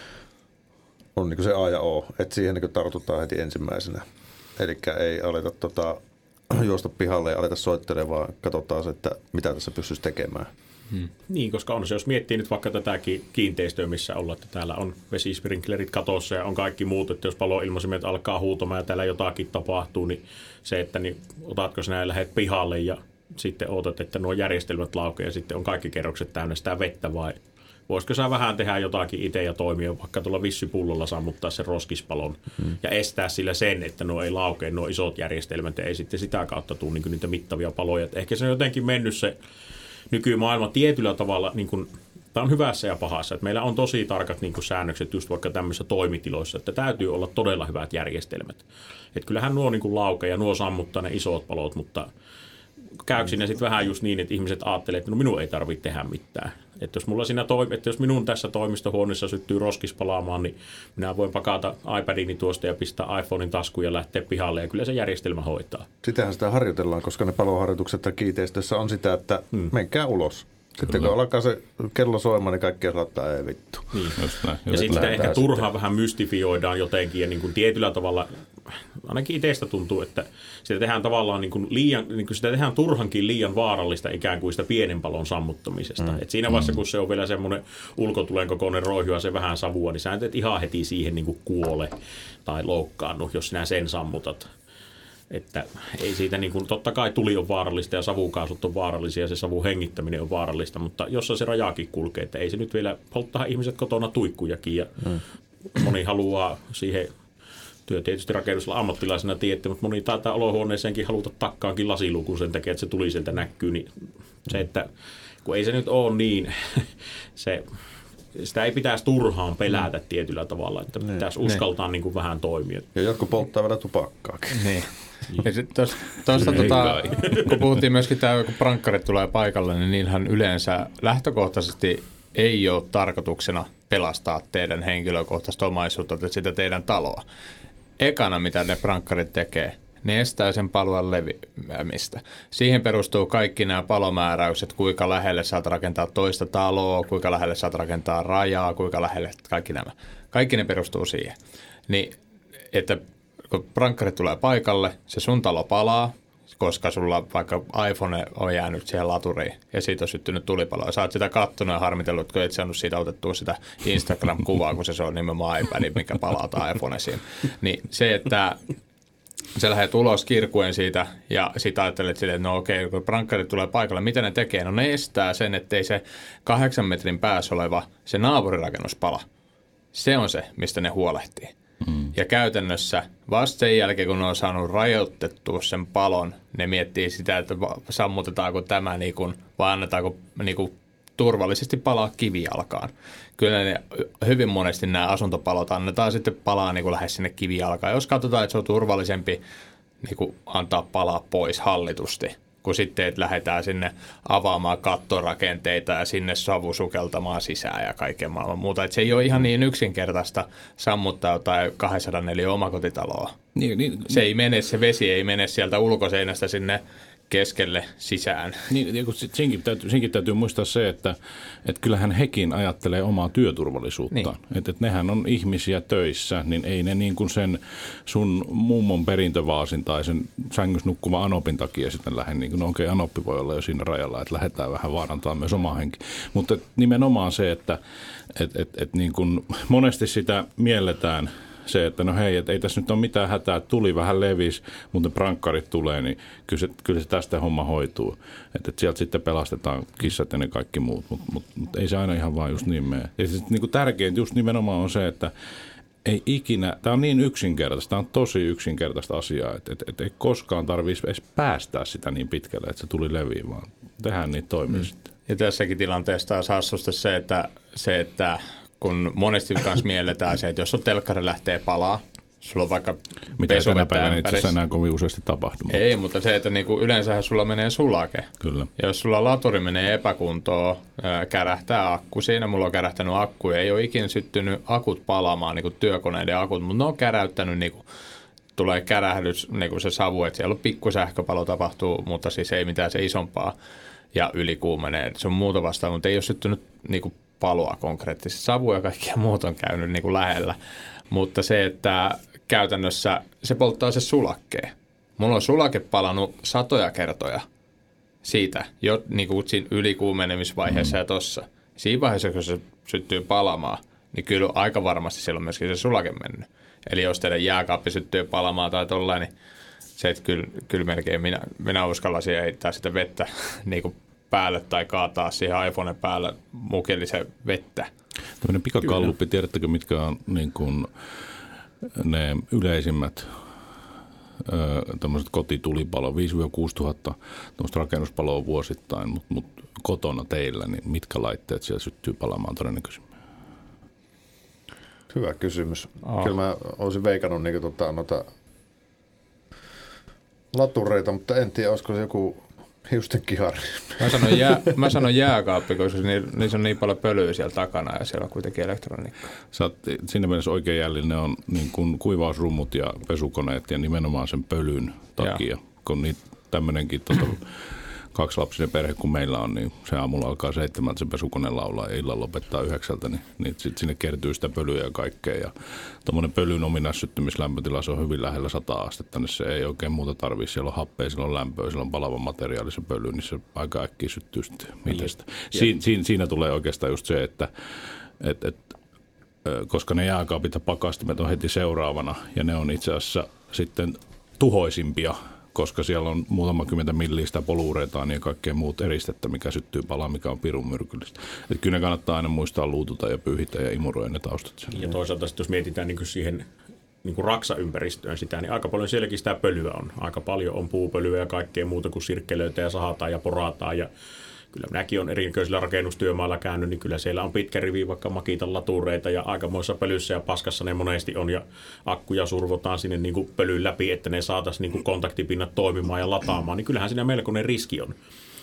on niin se A ja O, että siihen niin tartutaan heti ensimmäisenä. Eli ei aleta tota, juosta pihalle ja aleta soittelemaan, vaan katsotaan se, että mitä tässä pystyisi tekemään. Hmm. Niin, koska on se, jos miettii nyt vaikka tätäkin kiinteistöä, missä ollaan, että täällä on vesisprinklerit katossa ja on kaikki muut, että jos paloilmaisemet alkaa huutamaan ja täällä jotakin tapahtuu, niin se, että niin otatko sinä ja lähdet pihalle ja sitten odotat, että nuo järjestelmät laukeaa ja sitten on kaikki kerrokset täynnä sitä vettä vai voisiko sä vähän tehdä jotakin itse ja toimia, vaikka tuolla vissypullolla sammuttaa sen roskispalon hmm. ja estää sillä sen, että nuo ei laukea nuo isot järjestelmät ja ei sitten sitä kautta tule niin niitä mittavia paloja. Että ehkä se on jotenkin mennyt se nykymaailma tietyllä tavalla, niin kuin, tämä on hyvässä ja pahassa, että meillä on tosi tarkat niin kuin säännökset just vaikka tämmöisissä toimitiloissa, että täytyy olla todella hyvät järjestelmät. Että kyllähän nuo niin kuin laukea ja nuo sammuttaa ne isot palot, mutta käykö siinä sitten vähän just niin, että ihmiset ajattelee, että no minun ei tarvitse tehdä mitään. Että jos, mulla siinä toimi, että jos minun tässä toimistohuoneessa syttyy roskis palaamaan, niin minä voin pakata iPadini tuosta ja pistää iPhonein taskuun ja lähteä pihalle ja kyllä se järjestelmä hoitaa. Sitähän sitä harjoitellaan, koska ne paloharjoitukset ja kiinteistössä on sitä, että hmm. menkää ulos. Sitten kyllä. Kun alkaa se kello soimaan, niin kaikki saattaa ei vittu. Niin. Just näin. Ja sitten ehkä turhaan vähän mystifioidaan jotenkin ja niin kuin tietyllä tavalla, ainakin itsestä tuntuu, että sitä tehdään tavallaan niin kuin liian, niin kuin sitä tehdään turhankin liian vaarallista ikään kuin sitä pienen palon sammuttamisesta. Mm. Et siinä vaiheessa, kun se on vielä semmoinen ulkotulen kokoinen roihyu ja se vähän savua, niin sä et ihan heti siihen niin kuin kuole tai loukkaannu, jos sinä sen sammutat. Että ei siitä niin kuin, totta kai tuli on vaarallista ja savukaasut on vaarallisia ja se savun hengittäminen on vaarallista, mutta jossain se rajakin kulkee, että ei se nyt vielä polttaa ihmiset kotona tuikkujakin ja mm. moni haluaa siihen, työ tietysti rakennusella ammattilaisena tiedätte, mutta moni taitaa olohuoneeseenkin haluta takkaankin lasilukun sen takia, että se tuli sieltä näkyy, niin se, että kun ei se nyt ole niin, se, sitä ei pitäisi turhaan pelätä mm. tietyllä tavalla, että ne, pitäisi uskaltaa ne. Niin kuin vähän toimia. Ja jotkut polttaa vielä tupakkaakin. Niin. Ja sitten tuosta, tota, kun puhuttiin myöskin tämä, kun prankkarit tulee paikalle, niin niinhän yleensä lähtökohtaisesti ei ole tarkoituksena pelastaa teidän henkilökohtaista omaisuutta tai sitä teidän taloa. Ekana, mitä ne prankkarit tekee, ne estää sen paloa leviämistä. Siihen perustuu kaikki nämä palomääräykset, kuinka lähelle saat rakentaa toista taloa, kuinka lähelle saat rakentaa rajaa, kuinka lähelle kaikki nämä. Kaikki ne perustuu siihen. Niin, että kun prankkarit tulee paikalle, se sun talo palaa, koska sulla vaikka iPhone on jäänyt siihen laturiin ja siitä on syttynyt tulipalo. Ja sä oot sitä kattonut ja harmitellut, kun et saanut siitä otettua sitä Instagram-kuvaa, kun se, se on nimenomaan iPad, mikä palaa iPhonesiin. Niin se, että se lähdet ulos kirkuen siitä ja sit ajattelet silleen, että no okei, kun prankkarit tulee paikalle, mitä ne tekee? No ne estää sen, ettei se kahdeksan metrin päässä oleva se naapurirakennus pala. Se on se, mistä ne huolehtii. Mm. Ja käytännössä vasta sen jälkeen, kun ne on saanut rajoitettua sen palon, ne miettii sitä, että sammutetaanko tämä niin kuin, vai annetaanko niin kuin, turvallisesti palaa kivijalkaan. Kyllä ne hyvin monesti nämä asuntopalot annetaan sitten palaa niin kuin lähes sinne kivijalkaan. Jos katsotaan, että se on turvallisempi niin kuin antaa palaa pois hallitusti, kun sitten että lähdetään sinne avaamaan kattorakenteita ja sinne savu sukeltamaan sisään ja kaiken maailman muuta. Että se ei ole ihan niin yksinkertaista sammuttaa jotain kaksisataaneljä omakotitaloa. Niin, niin, se, ei mene, se vesi ei mene sieltä ulkoseinästä sinne keskelle sisään. Niin, senkin, täytyy, senkin täytyy muistaa se, että, että kyllähän hekin ajattelee omaa työturvallisuuttaan. Niin. Että, että nehän on ihmisiä töissä, niin ei ne niin kuin sen sun mummon perintövaasin tai sen sängyssä nukkuvan anopin takia sitten lähde. Niin kuin, no okei, anoppi voi olla jo siinä rajalla, että lähdetään vähän vaarantaa myös omaa henki. Mutta nimenomaan se, että et, et, et niin kuin monesti sitä mielletään, se, että no hei, että ei tässä nyt ole mitään hätää, tuli vähän levis, mutta ne prankkarit tulee, niin kyllä se, kyllä se tästä homma hoituu. Että et sieltä sitten pelastetaan kissat ja ne kaikki muut, mutta mut, mut ei se aina ihan vaan just niin mene. Ja sitten niin tärkeintä just nimenomaan on se, että ei ikinä, tämä on niin yksinkertaista, tämä on tosi yksinkertaista asiaa, että et, et ei koskaan tarvitsisi edes päästää sitä niin pitkälle, että se tuli leviin, vaan tehdään niitä toimia mm. sitten. Ja tässäkin tilanteessa on hassusta se, että se, että kun monesti kanssa mielletään se, että jos sun telkkari lähtee palaa, sulla on vaikka mitä tänä päivänä itse asiassa enää kovin useasti tapahtuu. Ei, mutta se, että niinku yleensähän sulla menee sulake. Kyllä. Ja jos sulla laturi menee epäkuntoon, kärähtää akku. Siinä mulla on kärähtänyt akku ja ei ole ikinä syttynyt akut palaamaan, niinku työkoneiden akut, mutta ne on käräyttänyt, niinku, tulee kärähdys, niinku se savu, että siellä on pikkusähköpalo tapahtuu, mutta siis ei mitään se isompaa ja ylikuumenee. Se on muuta vastaan, mutta ei ole syttynyt niinku paloa konkreettisesti. Savu ja kaikkia muut on käynyt niin kuin lähellä. Mutta se, että käytännössä se polttaa se sulakkeen. Mulla on sulake palannut satoja kertoja siitä jo niin kuin siinä ylikuumenemisvaiheessa mm. ja tossa. Siinä vaiheessa, kun se syttyy palamaan, niin kyllä aika varmasti siellä on myöskin se sulake mennyt. Eli jos teidän jääkaappi syttyy palamaan tai tollain, niin se, että kyllä, kyllä melkein minä, minä uskalaisin heittää sitä vettä niin kuin päälle tai kaataa siihen iPhone päälle mukellisen vettä. Tämmöinen pikakalluppi, tiedättekö mitkä on niin kuin ne yleisimmät tämmöiset kotitulipalo, viisi kuusi tuhatta tämmöistä rakennuspaloa vuosittain, mutta mut kotona teillä, niin mitkä laitteet siellä syttyy palaamaan todennäköisemmin? Hyvä kysymys. Oh. Kyllä mä olisin veikannut niin tota, noita latureita, mutta en tiedä, olisiko se joku hiusten kihari. Mä sanon, jää, mä sanon jääkaappi, koska niissä on niin paljon pölyä siellä takana ja siellä on kuitenkin elektroniikkaa. Sä oot siinä mielessä oikein jäljellä, ne on niin kuin kuivausrummut ja pesukoneet ja nimenomaan sen pölyn takia. Ja. Kun niitä tämmöinenkin tota, kaksilapsinen perhe, kun meillä on, niin se aamulla alkaa seitsemältä se pesukone laulaa ja illalla lopettaa yhdeksältä, niin, niin sitten sinne kertyy sitä pölyä ja kaikkea. Ja tuommoinen pölyn ominaissyttymislämpötila, se on hyvin lähellä sata astetta, niin se ei oikein muuta tarvitse. Siellä on happea, siellä on lämpöä, siellä on palava materiaali, se pöly, niin se aika äkkiä syttyy sitten mitestä. Si- siinä, siinä tulee oikeastaan just se, että et, et, koska ne jääkaapit ja pakastimet on heti seuraavana ja ne on itse asiassa sitten tuhoisimpia, koska siellä on muutama kymmentä milliä sitä poluuretaan ja kaikkea muut eristettä, mikä syttyy palaa, mikä on pirun myrkyllistä. Että kyllä ne kannattaa aina muistaa luututa ja pyyhitä ja imuroida ne taustat siellä. Ja toisaalta jos mietitään niin kuin siihen niin kuin raksaympäristöön sitä, niin aika paljon sielläkin sitä pölyä on. Aika paljon on puupölyä ja kaikkea muuta kuin sirkkelöitä ja sahataan ja porataan ja kyllä minäkin olen erinäköisillä rakennustyömailla käynyt, niin kyllä siellä on pitkä rivi vaikka Makitan latureita ja aikamoissa pölyssä ja paskassa ne monesti on ja akkuja survotaan sinne niin kuin pölyn läpi, että ne saataisiin niin kuin kontaktipinnat toimimaan ja lataamaan, niin kyllähän siinä melkoinen riski on.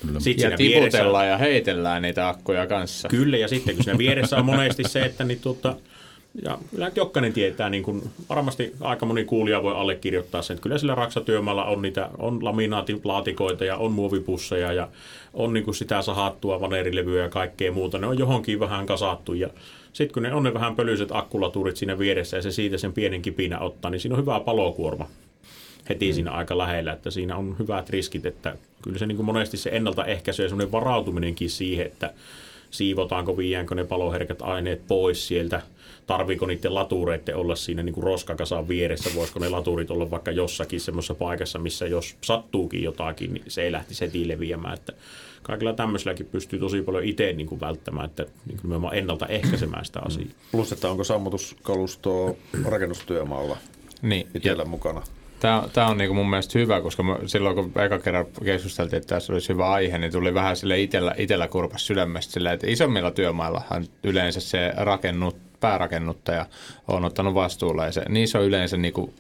Ja tiputellaan ja heitellään niitä akkuja kanssa. Kyllä, ja sitten kun siinä vieressä on monesti se, että niin tuota, ja jokainen tietää, niin kuin varmasti aika moni kuulija voi allekirjoittaa sen, että kyllä sillä raksatyömaalla on niitä, on laminaatilaatikoita ja on muovipusseja ja on niin kuin sitä sahattua vanerilevyä ja kaikkea muuta. Ne on johonkin vähän kasattu ja sitten kun ne on ne vähän pölyiset akkulaturit siinä vieressä ja se siitä sen pienen kipinä ottaa, niin siinä on hyvä palokuorma heti mm. siinä aika lähellä, että siinä on hyvät riskit, että kyllä se niin kuin monesti se ennaltaehkäisy ja semmoinen varautuminenkin siihen, että siivotaanko, viiäänkö ne paloherkät aineet pois sieltä, tarviiko niiden latureiden olla siinä niin kuin roskakasan vieressä, voisiko ne laturit olla vaikka jossakin semmoisessa paikassa, missä jos sattuukin jotakin, niin se ei lähtisi heti leviämään, että kaikilla tämmöisilläkin pystyy tosi paljon itse niin kuin välttämään, että niin kuin nimenomaan ennaltaehkäisemään sitä asiaa. Plus, että onko sammutuskalustoa rakennustyömaalla niin, itsellä mukana? Tämä, tämä on niin mun mielestä hyvä, koska mä, silloin kun eka kerran keskusteltiin, että tässä olisi hyvä aihe, niin tuli vähän sille itellä, itellä kurpas sydämestä sille, että isommilla työmaillahan yleensä se rakennut, päärakennuttaja on ottanut vastuulle. Ja se, niissä on yleensä niin kuin,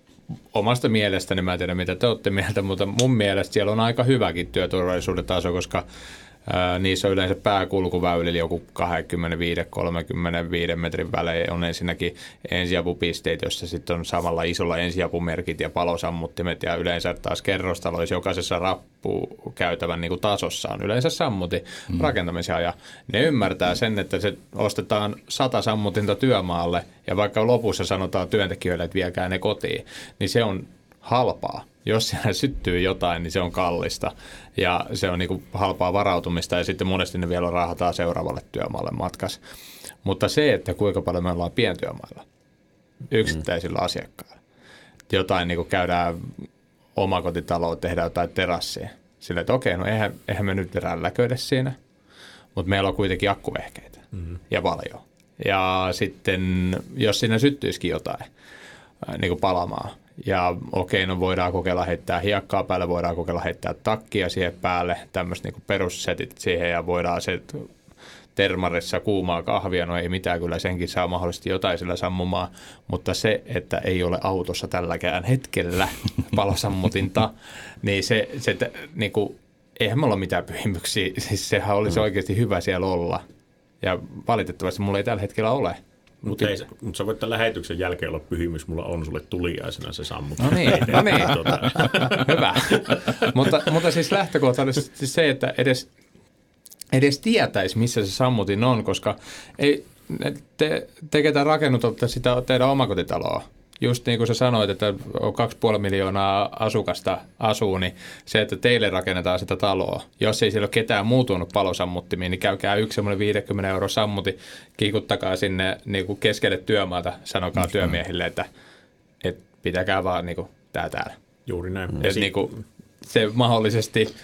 omasta mielestäni, mä en tiedä mitä te olette mieltä, mutta mun mielestä siellä on aika hyväkin työturvallisuuden taso, koska ää, niissä on yleensä pääkulkuväylillä joku kaksikymmentäviisi kolmekymmentäviisi metrin välein on ensinnäkin ensiapupisteet, jossa sitten on samalla isolla ensiapumerkit ja palosammuttimet ja yleensä taas kerrostaloissa jokaisessa rappukäytävän niin kuin tasossa on yleensä sammutin mm. rakentamisia ja ne ymmärtää sen, että se ostetaan sata sammutinta työmaalle ja vaikka lopussa sanotaan työntekijöille, että viekää ne kotiin, niin se on halpaa. Jos siellä syttyy jotain, niin se on kallista ja se on niin kuin halpaa varautumista ja sitten monesti ne vielä rahataan seuraavalle työmaalle matkassa. Mutta se, että kuinka paljon me ollaan pientyömailla yksittäisillä mm. asiakkailla. Jotain niin kuin käydään omakotitaloa, tehdään jotain terassia. Sillä, että okei, no eihän, eihän me nyt rälläköidä siinä, mutta meillä on kuitenkin akkuvehkeitä mm. ja paljon. Ja sitten, jos siinä syttyisikin jotain niin kuin palamaan, ja okei, no voidaan kokeilla heittää hiekkaa päälle, voidaan kokeilla heittää takkia siihen päälle, tämmöiset niin perussetit siihen ja voidaan se termarissa kuumaa kahvia, no ei mitään, kyllä senkin saa mahdollisesti jotain sillä sammumaan, mutta se, että ei ole autossa tälläkään hetkellä palosammutinta, niin se, se niin kuin, eihän me olla mitään pyhimyksiä, siis sehän olisi oikeasti hyvä siellä olla ja valitettavasti mulla ei tällä hetkellä ole. Mutta mut sä voit tämän lähetyksen jälkeen olla pyhimys, mulla on sulle tuliaisena se sammut. No niin, no niin. Hyvä. mutta, mutta siis lähtökohtaisesti se, että edes, edes tietäisi, missä se sammutin on, koska ei, te, te ketä rakennutatte sitä teidän omakotitaloa. Just niin kuin sä sanoit, että on kaksi pilkku viisi miljoonaa asukasta asuu, niin se, että teille rakennetaan sitä taloa. Jos ei siellä ole ketään muutunut palosammuttimiin, niin käykää yksi semmoinen viisikymmentä euro sammuti, kiikuttakaa sinne niin kuin keskelle työmaata, sanokaa Just työmiehille, että, että pitäkää vaan niin kuin tää täällä. Juuri näin. Että si- niin kuin, se mahdollisesti,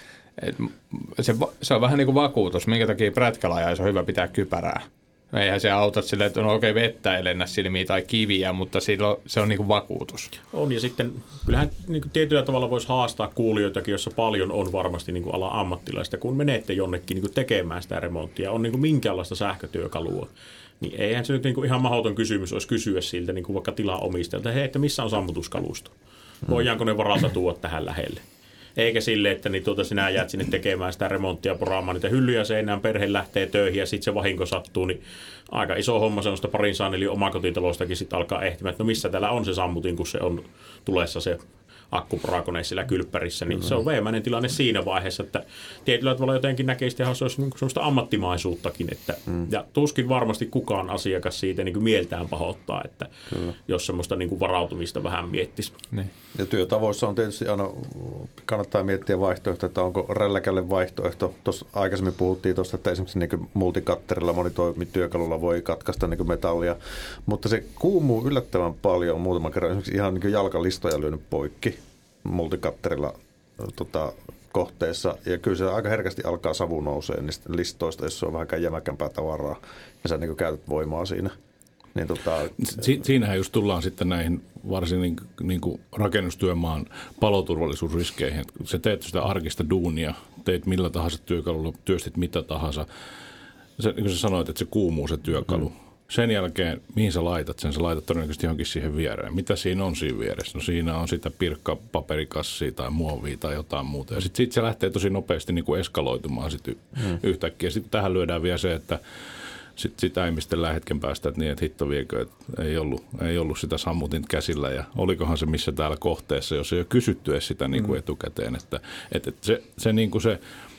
se, se on vähän niin kuin vakuutus, minkä takia prätkälajaissa on hyvä pitää kypärää. Eihän se auta silleen, että no okei, vettä ei lennä silmiä tai kiviä, mutta silloin se on niin kuin vakuutus. On, ja sitten kyllähän niin kuin tietyllä tavalla voisi haastaa kuulijoitakin, jossa paljon on varmasti niin kuin alan ammattilaista. Kun menette jonnekin niin kuin tekemään sitä remonttia, on niin kuin minkäänlaista sähkötyökalua, niin eihän se nyt niin kuin ihan mahdoton kysymys olisi kysyä siltä niin kuin vaikka tilaomistajalta, hei, että missä on sammutuskalusto? Voidaanko ne varalta tuoda tähän lähelle? Eikä sille, että niin tuota, sinä jäät sinne tekemään sitä remonttia, poraamaan niitä hyllyjä seinään, perhe lähtee töihin ja sitten se vahinko sattuu, niin aika iso homma semmoista parin saaneliin omakotitalostakin sitten alkaa ehtimään, että no missä täällä on se sammutin, kun se on tulessa se akkuporakone sillä kylppärissä, niin mm-hmm. se on veemäinen tilanne siinä vaiheessa, että tietyllä tavalla jotenkin näkee sitten, että se olisi niin semmoista ammattimaisuuttakin, että, mm. ja tuskin varmasti kukaan asiakas siitä niin kuin mieltään pahoittaa, että Kyllä. jos semmoista niin kuin varautumista vähän miettisi. Niin. Ja työtavoissa on tietysti aina, kannattaa miettiä vaihtoehto, että onko rälläkälle vaihtoehto. Tuossa aikaisemmin puhuttiin tuosta, että esimerkiksi niin multikatterilla, monitoimityökalulla voi katkaista niin metallia, mutta se kuumuu yllättävän paljon muutaman kerran, esimerkiksi ihan niin jalkalistoja lyönyt poikki multikatterilla tota, kohteessa, ja kyllä se aika herkästi alkaa savu nousee niistä listoista, jos se on vähän jämäkämpää tavaraa, ja sä niin käytät voimaa siinä. Niin, tota, si- siinähän just tullaan sitten näihin varsin niin, niin kuin rakennustyömaan paloturvallisuusriskeihin. Sä teet sitä arkista duunia, teit millä tahansa työkalulla, työstit mitä tahansa. Sä, niin kuin sä sanoit, että se kuumuu se työkalu. Mm. Sen jälkeen, mihin sä laitat sen? Sä laitat todennäköisesti johonkin siihen viereen. Mitä siinä on siinä vieressä? No siinä on sitä pirkkapaperikassia tai muovia tai jotain muuta. Ja sitten sit se lähtee tosi nopeasti niin kuin eskaloitumaan sit y- hmm. yhtäkkiä. Sitten tähän lyödään vielä se, että sit, sit äimistellään hetken päästä, että niin, että hitto viekö, että ei ollut, ei ollut sitä sammutinta käsillä. Ja olikohan se missä täällä kohteessa, jos ei ole kysytty edes sitä niin kuin hmm. etukäteen. Että, että se, se, niin kuin se,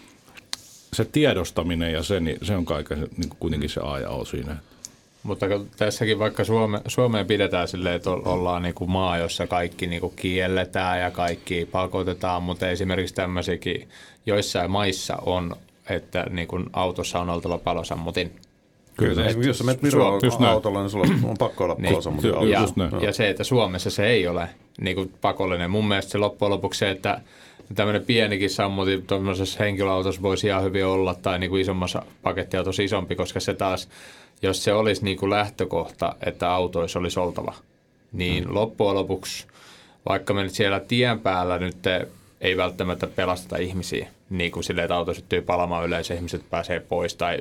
se tiedostaminen ja se, niin se on kaiken niin kuin kuitenkin se A ja O siinä. Mutta tässäkin vaikka Suome, Suomeen pidetään silleen, että ollaan niinku maa, jossa kaikki niinku kielletään ja kaikki pakotetaan, mutta esimerkiksi tämmöisiäkin joissain maissa on, että niinku autossa on oltava palosammutin. Kyllä, et, jos sä menet Viroon autolla, niin sulla on pakko olla palosammutin niin, ja, ja se, että Suomessa se ei ole niinku pakollinen. Mun mielestä se loppujen lopuksi se, että tämmöinen pienikin sammutin tuollaisessa henkilöautossa voisi ihan hyvin olla, tai niinku isommassa pakettiautossa isompi, koska se taas, jos se olisi niin kuin lähtökohta, että autoissa olisi oltava, niin hmm. loppujen lopuksi, vaikka me nyt siellä tien päällä nyt ei välttämättä pelasteta ihmisiä, niin kuin silleen, että auto syttyy palamaan yleensä, ihmiset pääsee pois, tai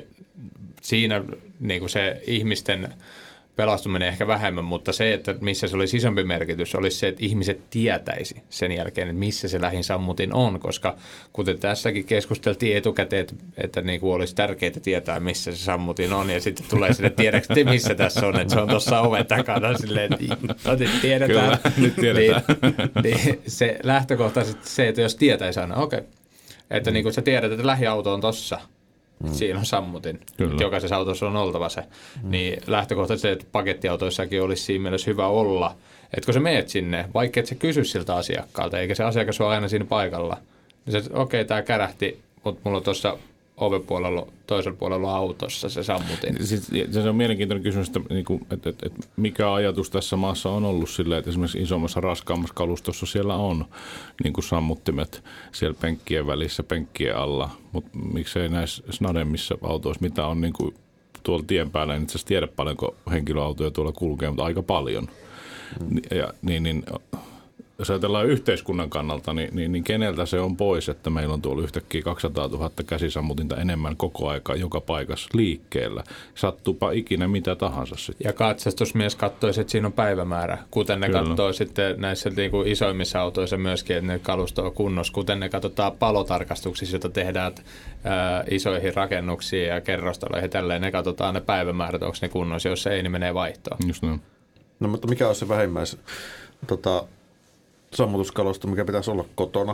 siinä niin kuin se ihmisten pelastuminen ehkä vähemmän, mutta se, että missä se olisi isompi merkitys, olisi se, että ihmiset tietäisi sen jälkeen, että missä se lähin sammutin on, koska kuten tässäkin keskusteltiin etukäteen, että, että niin kuin olisi tärkeää tietää, missä se sammutin on, ja sitten tulee sinne tiedäksi, missä tässä on, että se on tuossa oven takana, silleen, että nyt tiedetään. Kyllä, nyt tiedetään. Niin, niin se lähtökohtaisesti se, että jos tietäisi aina, okei, okay, että mm. niin kuin sä tiedät, että lähiauto on tossa, Mm. siinä on sammutin. Jokaisessa autossa on oltava se. Mm. Niin lähtökohtaisesti se, että pakettiautoissakin olisi siinä mielessä hyvä olla. Että kun sä meet sinne, vaikka et sä kysy siltä asiakkaalta, eikä se asiakas ole aina siinä paikalla, niin se, okei, okay, tää kärähti, mutta mulla on tuossa ovenpuolella, toisella puolella autossa se sammutin. Sitten, se on mielenkiintoinen kysymys, että, että, että, että mikä ajatus tässä maassa on ollut sillä, että esimerkiksi isommassa, raskaammassa kalustossa siellä on niin kuin sammuttimet siellä penkkien välissä, penkkien alla, mutta miksei näissä snademmissa autoissa, mitä on niin kuin tuolla tien päällä, en itse asiassa tiedä paljonko henkilöautoja tuolla kulkee, mutta aika paljon. Mm. Ja, niin, niin, jos ajatellaan yhteiskunnan kannalta, niin, niin, niin keneltä se on pois, että meillä on tuolla yhtäkkiä kaksisataatuhatta käsisammutinta enemmän koko aika joka paikassa liikkeellä. Sattuupa ikinä mitä tahansa sitten. Ja katsastusmies katsoisi, että siinä on päivämäärä, kuten ne Kyllä. katsoo sitten näissä niin kuin isoimmissa autoissa myöskin, että ne kalusto on kunnossa, kuten ne katsotaan palotarkastuksissa, joita tehdään ää, isoihin rakennuksiin ja kerrostaloihin tälleen, ne katsotaan ne päivämäärät, onko ne kunnossa, jos ei, niin menee vaihtoon. Just näin. No mutta mikä on se vähimmäis tota, sammutuskalusto, mikä pitäisi olla kotona?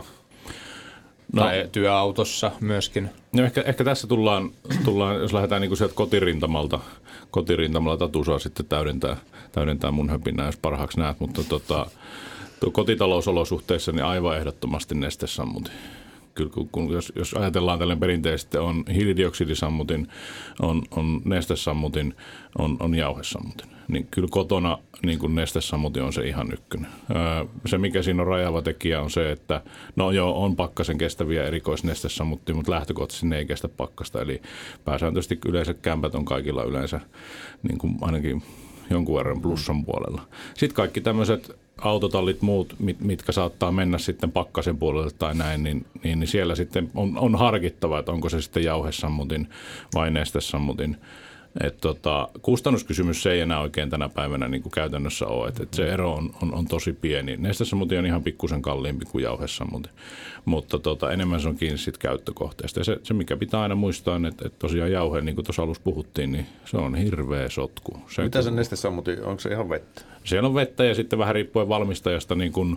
No, tai työautossa myöskin. No ehkä, ehkä tässä tullaan, tullaan, jos lähdetään niin kuin sieltä kotirintamalta, kotirintamalla Tatu saa sitten täydentää, täydentää mun höpinää, jos parhaaksi näet, mutta tota, kotitalousolosuhteissa niin aivan ehdottomasti nestesammutin. Kyllä, kun, jos, jos ajatellaan tällainen perinteisesti, on hiilidioksidisammutin, on, on nestesammutin, on, on jauhesammutin. Niin kyllä kotona niin kuin nestesammutin on se ihan ykkönen. Öö, se, mikä siinä on rajaava tekijä, on se, että no joo, on pakkasen kestäviä erikoisnestesammuttia, mutta lähtökohtaisesti ne ei kestä pakkasta. Eli pääsääntöisesti yleensä kämpät on kaikilla yleensä niin kuin ainakin jonkun verran plussan puolella. Sitten kaikki tämmöiset autotallit muut, mit, mitkä saattaa mennä sitten pakkasen puolelle tai näin, niin, niin, niin siellä sitten on, on harkittava, että onko se sitten jauhesammutin vai nestesammutin. Et tota, kustannuskysymys se ei enää oikein tänä päivänä niin kuin käytännössä ole, että et se ero on, on, on tosi pieni. Nestesammutin on ihan pikkusen kalliimpi kuin jauhesammutin, mutta tota, enemmän se on kiinni siitä käyttökohteesta. Ja se, se mikä pitää aina muistaa, että, että tosiaan jauhe, niin kuin tuossa alussa puhuttiin, niin se on hirveä sotku. Se, mitä se nestesammutin, onko se ihan vettä? Siellä on vettä ja sitten vähän riippuen valmistajasta niin kuin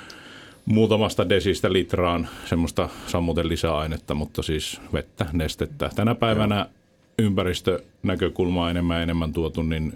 muutamasta desistä litraan semmoista sammuten lisäainetta, mutta siis vettä, nestettä. Tänä päivänä Joo. ympäristönäkökulmaa enemmän ja enemmän tuotu, niin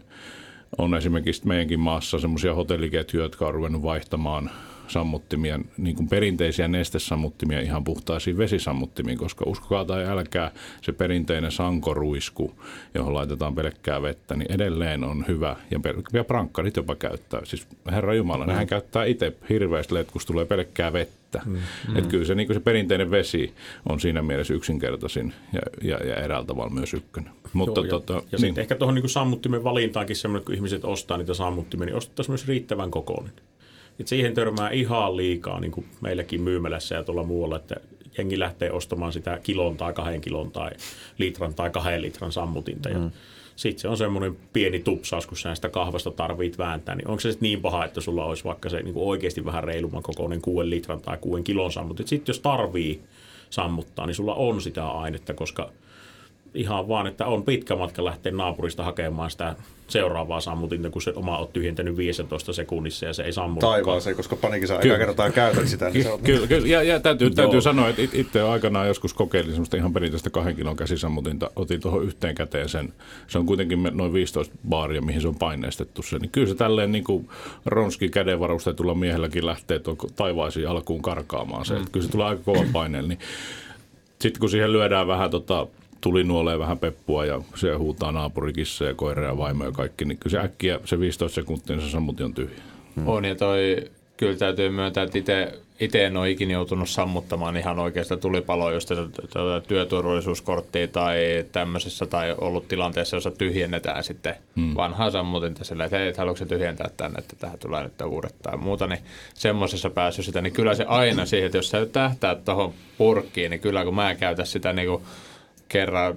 on esimerkiksi meidänkin maassa semmoisia hotelliketjuja, jotka on ruvennut vaihtamaan sammuttimia, niin kuin perinteisiä nestesammuttimia ihan puhtaisiin vesisammuttimiin, koska uskokaa tai älkää, se perinteinen sankoruisku, johon laitetaan pelkkää vettä, niin edelleen on hyvä ja, ja prankkarit jopa käyttää. Siis Herra Jumala, mm. nehän käyttää itse hirveästi letkusta tulee pelkkää vettä. Mm. Että kyllä se, niin kuin se perinteinen vesi on siinä mielessä yksinkertaisin ja, ja, ja eräällä tavalla myös ykkönen. Mutta, Joo, tota, ja ja niin. sitten ehkä tuohon niin sammuttimen valintaankin semmoinen, kun ihmiset ostaa niitä sammuttimia, niin ostettaisiin myös riittävän kokoinen. Et siihen törmää ihan liikaa niin kuin meilläkin myymälässä ja tuolla muualla, että jengi lähtee ostamaan sitä kilon tai kahden kilon tai litran tai kahden litran sammutinta. Ja mm. Sitten se on semmoinen pieni tupsaus, kun sä sitä kahvasta tarvit vääntää, niin onko se sitten niin paha, että sulla olisi vaikka se niin kuin oikeasti vähän reilumman kokoinen kuuden litran tai kuuden kilon sammut. Sitten jos tarvii sammuttaa, niin sulla on sitä ainetta, koska ihan vaan, että on pitkä matka lähteä naapurista hakemaan sitä seuraavaa sammutinta, kun se oma on tyhjentänyt viisitoista sekunnissa ja se ei sammu. Taivaaseen, koska panikin saa eka kertaa käytät sitä. Niin on... Kyllä, kyllä. Ja, ja täytyy, täytyy sanoa, että itse aikanaan joskus kokeilin semmoista ihan perinteistä kahden kilon käsisammutinta. Otin tuohon yhteen käteen sen. Se on kuitenkin noin viisitoista baaria, mihin se on paineistettu se. Niin kyllä se tälleen niin kuin ronski kädenvarustetulla miehelläkin lähtee taivaisiin alkuun karkaamaan se. Mm. Kyllä se tulee aika kova paineella. Niin sitten kun siihen lyödään vähän tota... tuli nuoleen vähän peppua ja se huutaa naapurikissa ja koira ja vaimo ja kaikki, niin kyllä se äkkiä se viisitoista sekuntia, niin se sammutin on tyhjä. Hmm. On ja toi, kyllä täytyy myöntää, että itse, itse en ole ikinä joutunut sammuttamaan ihan oikeasta tulipaloa, jos tuota työturvallisuuskorttia tai tämmöisessä tai ollut tilanteessa, jossa tyhjennetään sitten hmm. vanhaa sammutinta sillä, että hei, et haluatko tyhjentää tänne, että tähän tulee nyt uudet tai muuta, niin semmoisessa päässyt sitä, niin kyllä se aina siihen, että jos sä tähtäät tuohon purkkiin, niin kyllä kun mä en käytä sitä niin kuin kerran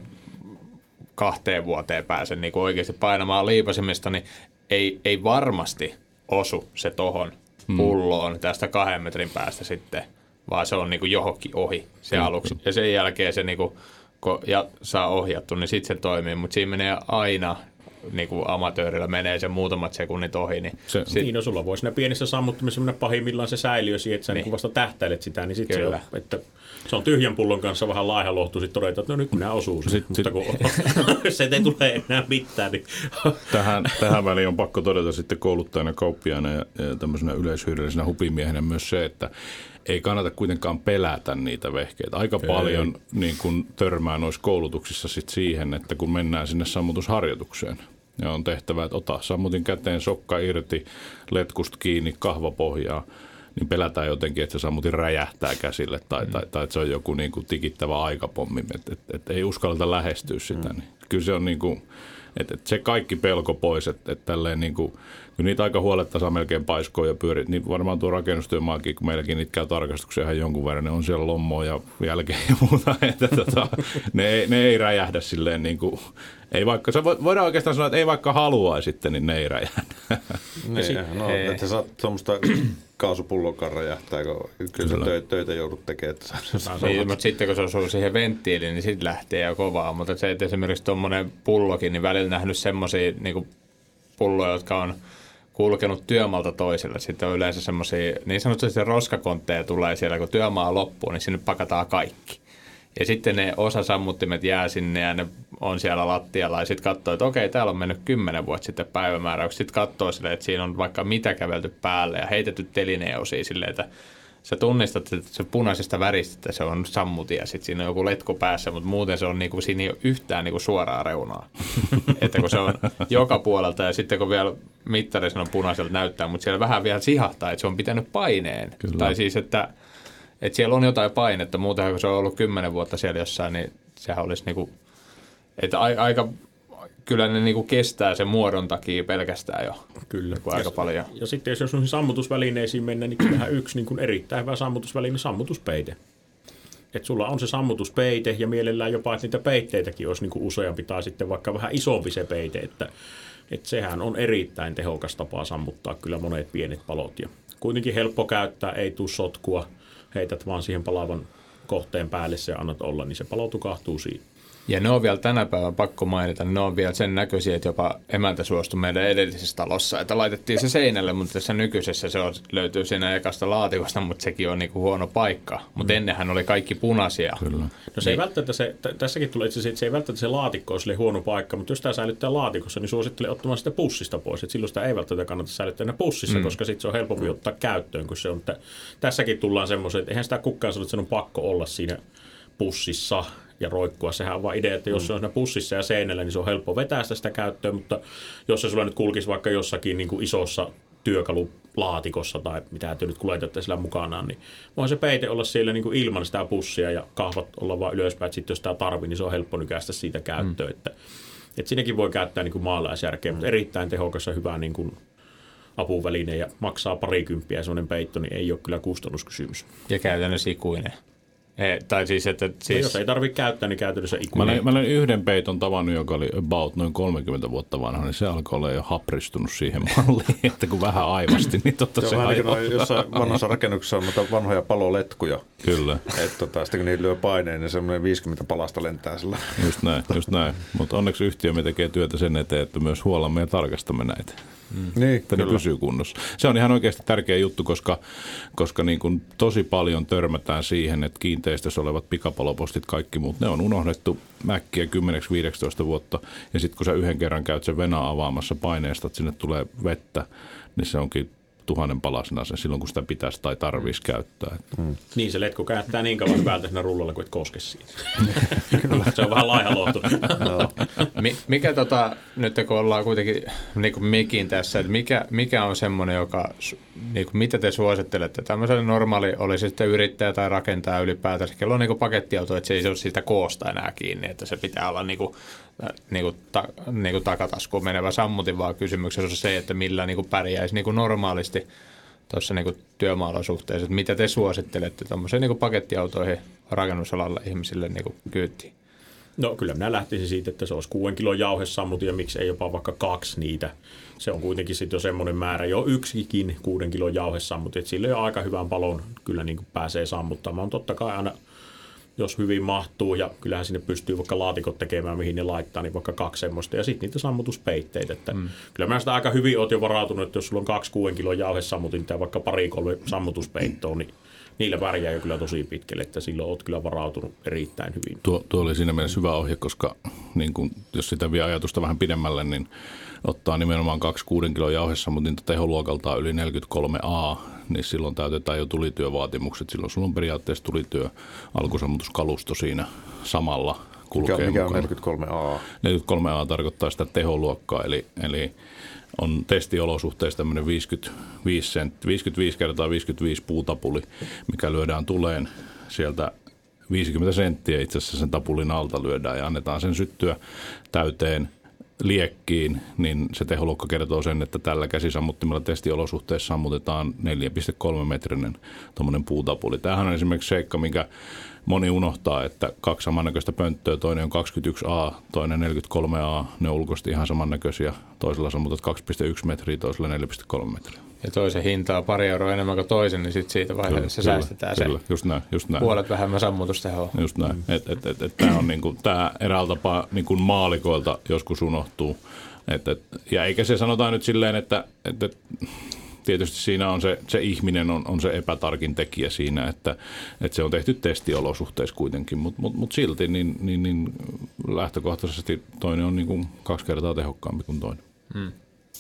kahteen vuoteen pääsen niin kuin oikeasti painamaan liipasimista, niin ei, ei varmasti osu se tohon pulloon tästä kahden metrin päästä sitten, vaan se on niin kuin johonkin ohi se mm. aluksi. Ja sen jälkeen se, niin kuin, kun ja saa ohjattu, niin sitten se toimii, mutta siinä menee aina, niin kuin amatöörillä menee se muutamat sekunnit ohi. Niin, se, sit, niin no sulla voi siinä pienissä sammuttimissa mennä pahimmillaan se säiliö siihen, että sä niin. Niin vasta tähtäilet sitä, niin sitten se on, että se on tyhjän pullon kanssa vähän laihalohtu, sitten todeta, että no nyt minä osuu. Sitten, mutta kun se ei tule enää mitään. Niin. Tähän, tähän väliin on pakko todeta sitten kouluttajana, kauppiaana ja, ja tämmöisenä yleishyödyllisenä hupimiehenä myös se, että ei kannata kuitenkaan pelätä niitä vehkeitä. Aika ei. paljon niin kun törmää noissa koulutuksissa sit siihen, että kun mennään sinne sammutusharjoitukseen, ja on tehtävä, että ota sammutin käteen, sokka irti, letkusta kiinni, kahvapohjaa, niin pelätään jotenkin, että se sammutin räjähtää käsille tai, mm. tai, tai että se on joku niin kuin tikittävä aikapommi, että et, et ei uskalleta lähestyä sitä. Mm. Niin kyllä se on niin kuin, että et se kaikki pelko pois, että et tälleen niin kuin, kun niitä aika huoletta saa melkein paiskoa ja pyörit, niin varmaan tuo rakennustyömaakin, kun meilläkin niitä käy tarkastuksia ihan jonkun verran, ne on siellä lommoa ja jälkeen ja muuta, että tota, ne, ei, ne ei räjähdä silleen niin kuin, ei vaikka, se voidaan oikeastaan sanoa, että ei vaikka haluaisi sitten, niin ne ei räjähdä. Niin, no, että sä saat tuommoista kaasupullokaan räjähtää, kun kyllä sä töitä, töitä joudut tekemään. Että saa niin, mutta sitten kun se osuu siihen venttiiliin, niin sitten lähtee jo kovaa. Mutta se, että esimerkiksi tuommoinen pullokin, niin välillä nähnyt semmoisia niin pulloja, jotka on kulkenut työmaalta toiselle. Sitten on yleensä semmoisia, niin sanotusti roskakontteja tulee siellä, kun työmaa loppuu, niin sinne pakataan kaikki. Ja sitten ne osa sammuttimet jää sinne ja ne on siellä lattialla ja sitten katsoo, että okei, täällä on mennyt kymmenen vuotta sitten päivämääräyksi. Sitten katsoo silleen, että siinä on vaikka mitä kävelty päälle ja heitetty telineusia silleen, että sä tunnistat, että se punaisesta väristä, että se on sammutin ja sitten siinä on joku letku päässä, mutta muuten se on niinku, siinä ei ole yhtään niinku suoraa reunaa. Että kun se on joka puolelta ja sitten kun vielä mittarissa on punaiselta näyttää, mutta siellä vähän vielä sihahtaa, että se on pitänyt paineen. Kyllä. Tai siis, että että siellä on jotain painetta, muuten kun se on ollut kymmenen vuotta siellä jossain, niin sehän olisi niinku, että aika, kyllä ne niinku kestää sen muodon takia pelkästään jo. Kyllä. Aika ja, paljon. Ja sitten jos jos sammutusvälineisiin mennään, niin kyllähän yksi niin kuin erittäin hyvä sammutusväline, sammutuspeite. Että sulla on se sammutuspeite ja mielellään jopa, että niitä peitteitäkin olisi niin kuin useampi tai sitten vaikka vähän isompi se peite, että, että sehän on erittäin tehokas tapa sammuttaa kyllä monet pienet palot ja kuitenkin helppo käyttää, ei tule sotkua. Heität vaan siihen palavan kohteen päälle ja annat olla, niin se palo tukahtuu siinä. Ja ne on vielä tänä päivänä, pakko mainita, ne on vielä sen näköisiä, että jopa emäntä suostui meidän edellisessä talossa, että laitettiin se seinälle, mutta tässä nykyisessä se on, löytyy siinä ekasta laatikosta, mutta sekin on niinku huono paikka. Mutta mm. ennenhän oli kaikki punaisia. Kyllä. No se niin. ei välttämättä se, t- tässäkin tulee itse asiassa, että se ei välttämättä se laatikko olisi huono paikka, mutta jos tämä säilyttää laatikossa, niin suosittelen ottamaan sitä pussista pois. Että silloin sitä ei välttämättä kannata säilyttää ne pussissa, mm. koska sitten se on helpompi ottaa käyttöön, kun se on, että tässäkin tullaan semmoisen, että eihän sitä kukaan sano, että sen on pakko olla siinä pussissa ja roikkua. Sehän on vaan idea, että jos se on siinä pussissa ja seinällä, niin se on helppo vetää sitä, sitä käyttöön, mutta jos se sulla nyt kulkisi vaikka jossakin niin kuin isossa työkalulaatikossa tai mitä te nyt kuletatte sillä mukanaan, niin voi se peite olla siellä niin kuin ilman sitä pussia ja kahvat olla vaan ylöspäin, että sitten jos tämä tarvii, niin se on helppo nykäistä siitä käyttöön. Mm. Että, että siinäkin voi käyttää niin kuin maalaisjärkeä, mm. mutta erittäin tehokas ja hyvä niin kuin apuväline ja maksaa parikymppiä ja semmoinen peitto, niin ei ole kyllä kustannuskysymys. Ja käytännössä ikuinen. Ei, tai siis, että siis... No, jos ei tarvitse käyttää, niin käytännössä ikkuna. Mä, mä olen yhden peiton tavannut, joka oli about noin kolmekymmentä vuotta vanha, niin se alkoi olla jo hapristunut siihen malliin, että kun vähän aivasti, niin totta se, se ainakin jossain vanhassa rakennuksessa on noita vanhoja paloletkuja. Kyllä. Että tota, sitten kun niitä lyö paineen, niin semmoinen viisikymmentä palasta lentää sillä. Just näin, just näin. Mutta onneksi yhtiömme tekee työtä sen eteen, että myös huolamme ja tarkastamme näitä. Mm. Niin, että ne pysyy kunnossa. Se on ihan oikeasti tärkeä juttu, koska, koska niin kuin tosi paljon törmätään siihen, että kiinteistössä olevat pikapalopostit, kaikki muut, ne on unohdettu mäkkiä kymmenen viisitoista vuotta. Ja sitten kun sä yhden kerran käyt sen venaa avaamassa paineesta, että sinne tulee vettä, niin se onkin tuhannen palasena sen silloin, kun sitä pitäisi tai tarvitsisi käyttää. Mm. Niin, se letku kääntää niin kauan päältä siinä rullalla, kun et koske siitä. Se on vähän laihalohtu. Mikä tota, nyt kun ollaan kuitenkin niin kuin mikin tässä, että mikä, mikä on semmoinen, joka, niin kuin, mitä te suosittelette? Tämmöiselle normaali, oli se sitten yrittäjä tai rakentaja ylipäätänsä, kello on niin kuin pakettiauto, että se ei ole siitä koosta enää kiinni, että se pitää olla niin kuin, niin kuin, ta, niin kuin takataskuun menevä sammutin, vaan kysymyksessä on se, että millä niin kuin pärjäisi niin kuin normaalisti tuossa niin kuin työmaalla-suhteessa. Että mitä te suosittelette tuommoiseen niin kuin pakettiautoihin rakennusalalle ihmisille niin kuin kyyttiin? No kyllä minä lähtisin siitä, että se olisi kuuden kilon jauhesammutin ja miksi ei jopa vaikka kaksi niitä. Se on kuitenkin sitten jo semmoinen määrä, jo yksikin kuuden kilon jauhesammutin, että sille jo aika hyvän palon kyllä niin kuin pääsee sammuttamaan. Totta kai aina, jos hyvin mahtuu ja kyllähän sinne pystyy vaikka laatikot tekemään, mihin ne laittaa, niin vaikka kaksi semmoista ja sitten niitä sammutuspeitteitä. Että mm. Kyllä minä sitä aika hyvin olet jo varautunut, että jos sulla on kaksi kuuden kilon jauhesammutin tai vaikka pari kolme sammutuspeittoa, niin niillä pärjää jo kyllä tosi pitkälle, että silloin olet kyllä varautunut erittäin hyvin. Tuo, tuo oli siinä mielessä hyvä ohje, koska niin kun, jos sitä vie ajatusta vähän pidemmälle, niin ottaa nimenomaan kaksi kuuden kilon jauhesammutinta teholuokaltaan yli neljäkymmentäkolme A, niin silloin täytetään jo tulityövaatimukset. Silloin sulla on periaatteessa tulityö alkusammutuskalusto siinä samalla kulkee mikä, mikä on mukana. neljäkymmentäkolme A? neljäkymmentäkolme A tarkoittaa sitä teholuokkaa, eli, eli on testiolosuhteissa tämmöinen viisikymmentäviisi, sent, viisikymmentäviisi kertaa viisikymmentäviisi puutapuli, mikä lyödään tuleen sieltä viisikymmentä senttiä itse asiassa sen tapulin alta lyödään ja annetaan sen syttyä täyteen liekkiin, niin se teholuokka kertoo sen, että tällä käsisammuttimella testiolosuhteessa sammutetaan neljä pilkku kolme metrinen tuommoinen puutapuli. Tämähän on esimerkiksi seikka, minkä moni unohtaa, että kaksi samannäköistä pönttöä, toinen on kaksikymmentäyksi A, toinen neljäkymmentäkolme A, ne on ulkoisesti ihan samannäköisiä. Toisella sammutat kaksi pilkku yksi metriä, toisella neljä pilkku kolme metriä. Ja toisen hinta on pari euroa enemmän kuin toisen, niin sitten siitä vaiheessa kyllä, säästetään kyllä, se just näin, just näin. puolet vähemmän sammutustehoa. Just näin. Mm. Et, et, et, et, tämä on niinku, tää eräällä tapaa niinku maalikoilta joskus unohtuu. Et, et, ja eikä se sanotaan nyt silleen, että et, et, tietysti siinä on se, se ihminen on, on se epätarkin tekijä siinä, että, että se on tehty testiolosuhteissa kuitenkin, mutta mut, mut silti niin, niin, niin lähtökohtaisesti toinen on niinku kaksi kertaa tehokkaampi kuin toinen. Mm.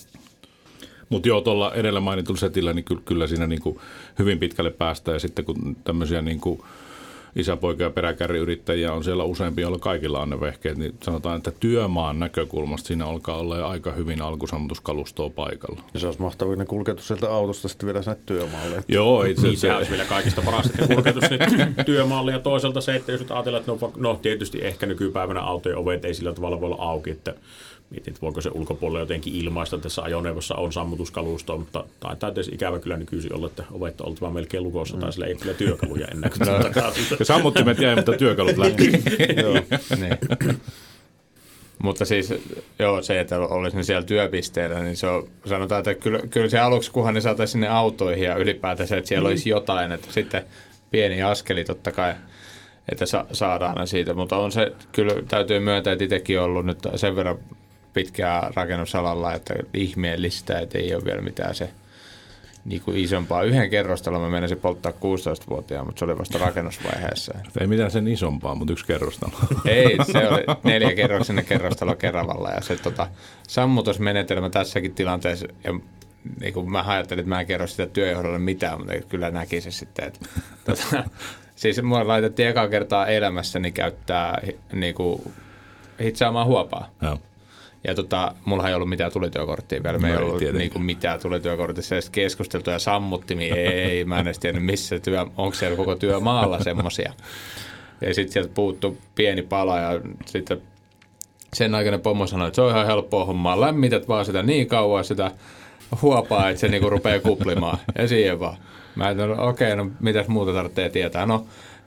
Mutta joo, tuolla edellä mainitulla setillä, niin kyllä, kyllä siinä niinku hyvin pitkälle päästään. Ja sitten kun tämmöisiä niinku isäpoika- ja peräkärriyrittäjiä on siellä useampia, joilla kaikilla on ne vehkeet, niin sanotaan, että työmaan näkökulmasta siinä alkaa olla aika hyvin alkusammutuskalustoa paikalla. Ja se olisi mahtavaa, ne kulkeutus sieltä autosta sitten vielä sinne työmaalle. Että... Joo, itse asiassa. Niin, se olisi vielä kaikista paras, että kulkeutus sinne työmaalle ja toisaalta se, että jos nyt ajatellaan, että no, no tietysti ehkä nykypäivänä autojen ovet ei sillä tavalla voi olla auki, että mietin, että voiko se ulkopuolella jotenkin ilmaista, että tässä ajoneuvossa on sammutuskalustoa, mutta taitaa tietysti ikävä kyllä nykyisin olla, että ovet on oltava melkein lukossa, tai sillä ei kyllä työkaluja enää. No, sammuttimet jäi, mutta työkalut lähti. Joo, niin. Mutta siis joo, se, että olisi ne siellä työpisteellä, niin se on, sanotaan, että kyllä, kyllä se aluksi, kunhan ne saataisiin sinne autoihin ja ylipäätään se, että siellä olisi jotain, että sitten pieni askeli totta kai, että sa- saadaan siitä, mutta on se, kyllä täytyy myöntää, että itsekin on ollut nyt sen verran pitkään rakennusalalla, että ihmeellistä, että ei ole vielä mitään se niin kuin isompaa. Yhden kerrostalon mä menisin polttaa kuusitoistavuotiaan, mutta se oli vasta rakennusvaiheessa. Ei mitään sen isompaa, mutta yksi kerrostalo. Ei, se oli neljä kerroksinen kerrostalo Keravalla ja se tota, sammutusmenetelmä tässäkin tilanteessa, ja niin kuin mä ajattelin, että mä en kerro sitä työjohdolle mitään, mutta kyllä näki se sitten, että tota, siis mua laitettiin ekaa kertaa elämässäni käyttää niin kuin hitsaamaan huopaa. Joo. Ja tota, mullahan ei ollut mitään tulityökorttia vielä. Me no ei ollut niinku mitään tulityökortissa edes keskusteltu ja sammuttimia. Ei, mä en edes tiennyt missä työ, onko siellä koko työmaalla semmosia. Ja sitten sieltä puuttui pieni pala ja sitten sen aikainen pomo sanoi, että se on ihan helppoa hommaa. Lämmität vaan sitä niin kauan sitä huopaa, että se niinku rupeaa kuplimaan. Ja siihen vaan. Mä ajattelin, okei, okay, no mitäs muuta tarvitsee tietää. No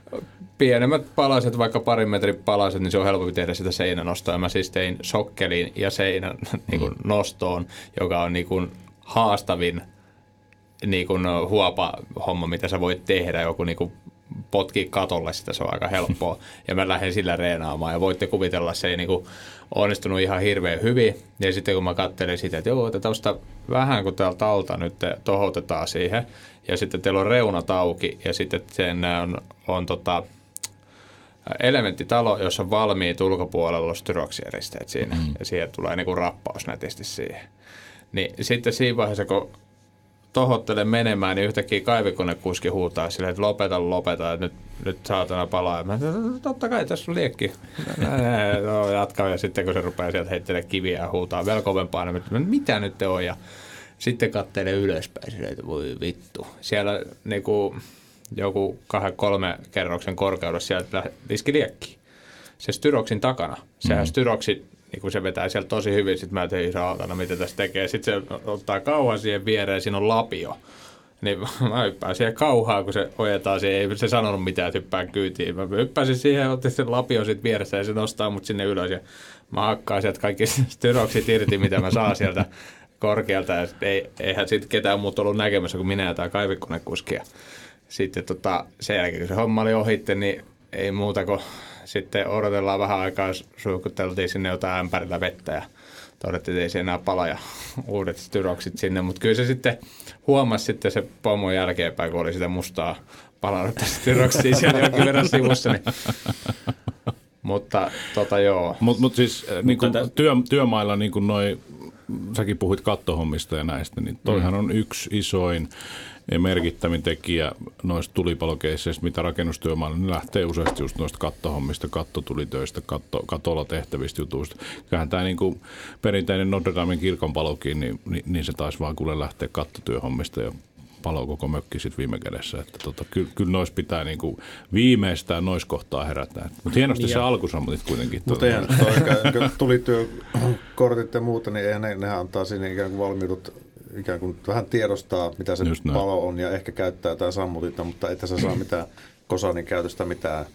pienemmät palaset, vaikka parin metrin palaset, niin se on helpompi tehdä sitä seinänostoa. Mä siis tein sokkeliin ja seinän niin kuin nostoon, joka on niin kuin haastavin niin kuin huopa-homma, mitä sä voit tehdä. Joku niin kuin potkii katolle sitä, se on aika helppoa. Ja mä lähden sillä reenaamaan ja voitte kuvitella, se ei niin kuin onnistunut ihan hirveän hyvin. Ja sitten kun mä katselin sitä, että joo, että tuosta vähän kun täältä alta nyt tohotetaan siihen. Ja sitten teillä on reunat auki ja sitten sen on, on tota, elementtitalo, jossa on valmiit ulkopuolella styroksieristeet siinä. Mm. Ja siihen tulee niin kuin rappaus nätisti siihen. Niin sitten siinä vaiheessa, kun tohottelen menemään, niin yhtäkkiä kaivikonekuski huutaa silleen, että lopeta, lopeta, että nyt, nyt saatana palaa. Mä totta kai, tässä on liekki. No, jatkaa, ja sitten kun se rupeaa sieltä heittelemään kiviä ja huutaa vielä kovempaa, niin mitä nyt te on? Ja sitten katselee ylöspäin silleen, että voi vittu. Siellä niinku joku kahden, kolme kerroksen korkeudessa sieltä viski liekki. Se styroksin takana. Sehän mm-hmm. styroksi, niin kun se vetää sieltä tosi hyvin, sitten mä tein saatana, mitä tässä tekee. Sitten se ottaa kauhan siihen viereen, siinä on lapio. Niin mä hyppään siihen kauhaan, kun se ojetaan siihen. Ei se sanonut mitään, että hyppään kyytiin. Mä hyppäsin siihen, otin sen lapio siitä vieressä ja se nostaa mut sinne ylös. Ja mä hakkaan sieltä kaikki styroksit irti, mitä mä saan sieltä korkealta. Ja ei, eihän sitten ketään muuta ollut näkemässä kuin minä ja tämä kaivikonekuski. Sitten tota, sen jälkeen, kun se homma oli ohitte, niin ei muuta kuin sitten odotellaan vähän aikaa, suihkuteltiin sinne jotain ämpärillä vettä ja todettiin, että ei se enää pala ja uudet styroksit sinne. Mutta kyllä se sitten huomasi sitten se pomon jälkeenpäin, kun oli sitä mustaa palannut styroksia siellä jonkin verran sivussa. Niin. Mutta tota joo. Mutta mut siis niin kun työ, työmailla niin kun noi, säkin puhuit kattohommista ja näistä, niin toihan mm. on yksi isoin ja merkittävin tekijä noista tulipalokeisseista, mitä rakennustyömailla, niin lähtee useasti just noista kattohommista, kattotulitöistä, katto, katolla tehtävistä jutuista. Kyllähän tämä niin kuin perinteinen Notre Damen kirkonpalokin, niin, niin, niin se taisi vaan kuule lähteä kattotyöhommista ja palo koko mökki sitten viime kädessä. Että tota, kyllä, kyllä noissa pitää niin kuin viimeistään noissa kohtaa herätä. Mutta hienosti niin se alkusammutit kuitenkin. Mutta eihän tulityökortit ja muuta, niin eihän ne, nehän antaa sinne ikään kuin valmiudut ikään kuin vähän tiedostaa, mitä se palo on ja ehkä käyttää jotain sammutinta, mutta et sä saa mitään kosanin käytöstä, mitään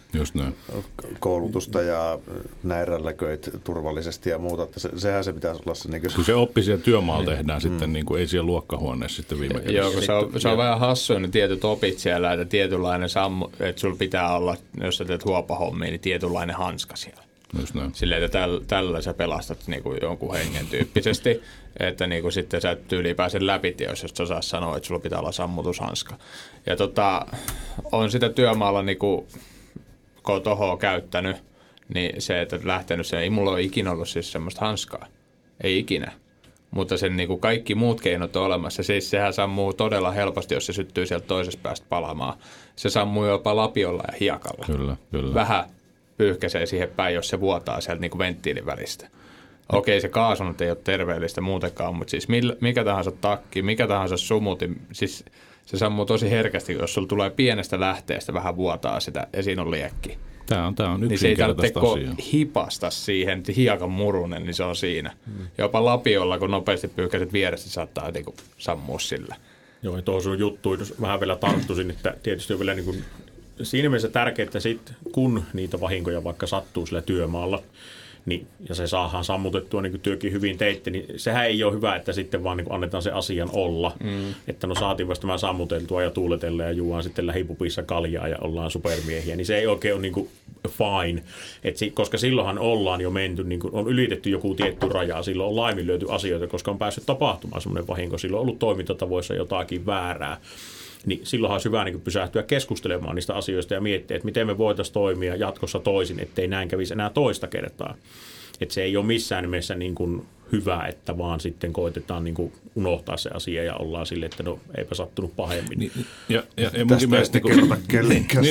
koulutusta ja näirälläköit turvallisesti ja muuta. Että se, sehän se pitäisi olla se. Niin kuin... Kun se oppi siellä työmaalla tehdään mm. sitten, niin kuin ei siellä luokkahuoneessa sitten viime kädessä. Joo, kun se on, se on vähän hassua ne tietyt opit siellä, että tietynlainen sammu, että sulla pitää olla, jos sä teet huopahommia, niin tietynlainen hanska siellä. Silleen, että tällä, tällä sä pelastat niin kuin jonkun hengen tyyppisesti, että niin kuin sitten sä et tyyliin pääse läpi, jos et osaa sanoa, että sulla pitää olla sammutushanska. Ja tota, on sitä työmaalla, niin kuin, kun on tohoa käyttänyt, niin se, että lähtenyt se, ei mulla ole ikinä ollut siis semmoista hanskaa. Ei ikinä. Mutta sen niin kuin kaikki muut keinot on olemassa. Siis sehän sammuu todella helposti, jos se syttyy sieltä toisesta päästä palamaan. Se sammuu jopa lapiolla ja hiekalla. Kyllä, kyllä. Vähän pyyhkäisee siihen päin, jos se vuotaa sieltä niin kuin venttiilin välistä. Okei, se kaasunut ei ole terveellistä muutenkaan, mutta siis mikä tahansa takki, mikä tahansa sumuti, siis se sammuu tosi herkästi, jos sulla tulee pienestä lähteestä vähän vuotaa sitä ja siinä on liekki. Tämä on, tämä on niin se ei tarvitse hipasta siihen, hiekan murunen, niin se on siinä. Hmm. Jopa lapiolla, kun nopeasti pyyhkäiset vieressä, saattaa niin kuin sammua sillä. Joo, ja tuohon sun juttuun, jos vähän vielä tarttuisin, että tietysti on vielä niin kuin siinä mielessä tärkeää, että sit, kun niitä vahinkoja vaikka sattuu sillä työmaalla, niin, ja se saadaan sammutettua, niin kuin työkin hyvin teitte, niin sehän ei ole hyvä, että sitten vaan niin kuin annetaan se asian olla. Mm. Että no saatiin vasta tämä sammuteltua ja tuuletella ja juodaan sitten lähipupissa kaljaa ja ollaan supermiehiä, niin se ei oikein ole niin kuin fine. Et si, koska silloinhan ollaan jo menty, niin kuin on ylitetty joku tietty raja, silloin on laiminlyöty asioita, koska on päässyt tapahtumaan semmoinen vahinko, silloin on ollut toimintatavoissa jotakin väärää. Niin silloinhan olisi hyvä niin pysähtyä keskustelemaan niistä asioista ja miettiä, että miten me voitaisiin toimia jatkossa toisin, ettei näin kävisi enää toista kertaa. Että se ei ole missään nimessä niin kuin hyvä, että vaan sitten koitetaan niin kuin unohtaa se asia ja ollaan sille, että no eipä sattunut pahemmin. Niin, ja, ja, ja munkin mielestä kerrota kellenkään.